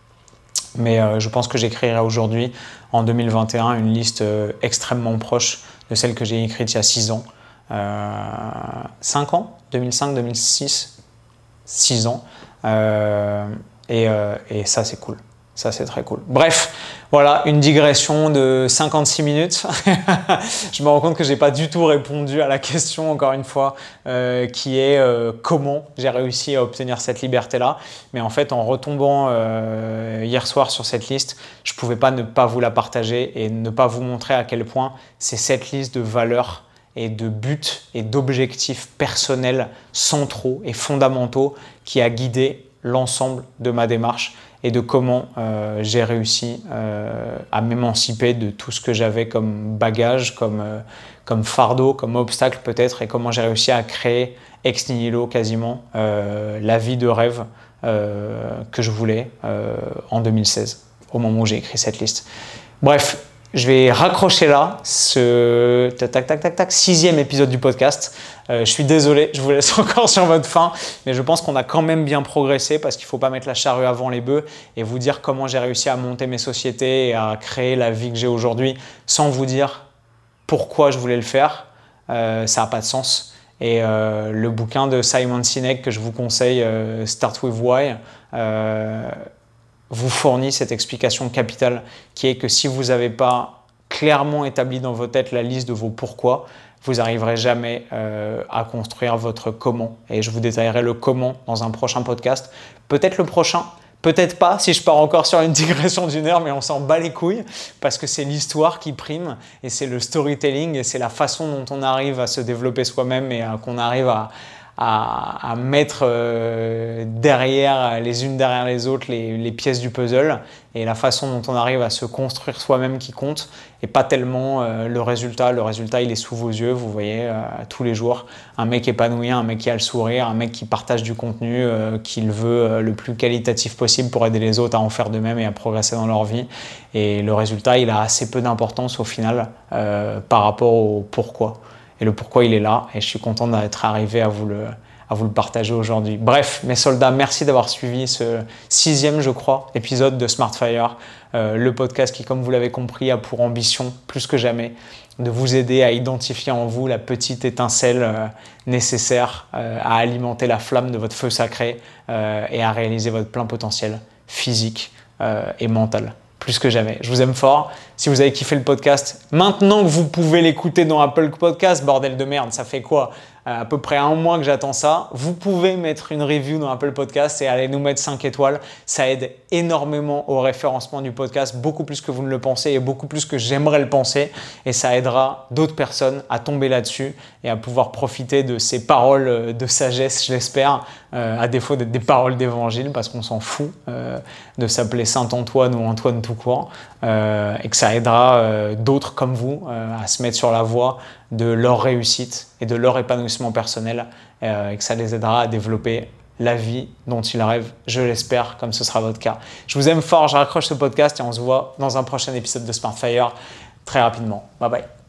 mais euh, je pense que j'écrirai aujourd'hui, en deux mille vingt et un, une liste euh, extrêmement proche de celle que j'ai écrite il y a six ans. Euh, cinq ans, deux mille cinq, deux mille six, six ans, euh, et, euh, et ça c'est cool. Ça, c'est très cool. Bref, voilà, une digression de cinquante-six minutes. Je me rends compte que je n'ai pas du tout répondu à la question, encore une fois, euh, qui est euh, comment j'ai réussi à obtenir cette liberté-là. Mais en fait, en retombant euh, hier soir sur cette liste, je ne pouvais pas ne pas vous la partager et ne pas vous montrer à quel point c'est cette liste de valeurs et de buts et d'objectifs personnels centraux et fondamentaux qui a guidé l'ensemble de ma démarche et de comment euh, j'ai réussi euh, à m'émanciper de tout ce que j'avais comme bagage, comme, euh, comme fardeau, comme obstacle peut-être, et comment j'ai réussi à créer ex nihilo quasiment euh, la vie de rêve euh, que je voulais euh, en deux mille seize, au moment où j'ai écrit cette liste. Bref, je vais raccrocher là ce tac tac tac tac tac sixième épisode du podcast. Euh, je suis désolé, je vous laisse encore sur votre faim, mais je pense qu'on a quand même bien progressé parce qu'il ne faut pas mettre la charrue avant les bœufs et vous dire comment j'ai réussi à monter mes sociétés et à créer la vie que j'ai aujourd'hui sans vous dire pourquoi je voulais le faire. Euh, ça n'a pas de sens. Et euh, le bouquin de Simon Sinek que je vous conseille, euh, Start with Why, euh, vous fournit cette explication capitale qui est que si vous n'avez pas clairement établi dans vos têtes la liste de vos pourquoi, vous n'arriverez jamais euh, à construire votre comment. Et je vous détaillerai le comment dans un prochain podcast. Peut-être le prochain, peut-être pas si je pars encore sur une digression d'une heure, mais on s'en bat les couilles parce que c'est l'histoire qui prime et c'est le storytelling et c'est la façon dont on arrive à se développer soi-même et à, qu'on arrive à À, à mettre euh, derrière, les unes derrière les autres, les, les pièces du puzzle et la façon dont on arrive à se construire soi-même qui compte et pas tellement euh, le résultat. Le résultat, il est sous vos yeux, vous voyez, euh, tous les jours. Un mec épanoui, un mec qui a le sourire, un mec qui partage du contenu, euh, qui le veut euh, le plus qualitatif possible pour aider les autres à en faire de même et à progresser dans leur vie. Et le résultat, il a assez peu d'importance au final euh, par rapport au pourquoi. Et le pourquoi il est là, et je suis content d'être arrivé à vous le, à vous le partager aujourd'hui. Bref, mes soldats, merci d'avoir suivi ce sixième, je crois, épisode de Smart Fire, euh, le podcast qui, comme vous l'avez compris, a pour ambition, plus que jamais, de vous aider à identifier en vous la petite étincelle euh, nécessaire euh, à alimenter la flamme de votre feu sacré euh, et à réaliser votre plein potentiel physique euh, et mental. Plus que jamais. Je vous aime fort. Si vous avez kiffé le podcast, maintenant que vous pouvez l'écouter dans Apple Podcast, bordel de merde, ça fait quoi ? À peu près un mois que j'attends ça. Vous pouvez mettre une review dans Apple Podcast et aller nous mettre cinq étoiles. Ça aide énormément au référencement du podcast, beaucoup plus que vous ne le pensez et beaucoup plus que j'aimerais le penser. Et ça aidera d'autres personnes à tomber là-dessus et à pouvoir profiter de ces paroles de sagesse, je l'espère, euh, à défaut d'être des paroles d'évangile, parce qu'on s'en fout euh, de s'appeler Saint-Antoine ou Antoine tout court, euh, et que ça aidera euh, d'autres comme vous euh, à se mettre sur la voie de leur réussite et de leur épanouissement personnel euh, et que ça les aidera à développer la vie dont ils rêvent, je l'espère, comme ce sera votre cas. Je vous aime fort, je raccroche ce podcast et on se voit dans un prochain épisode de Smart Fire très rapidement. Bye bye.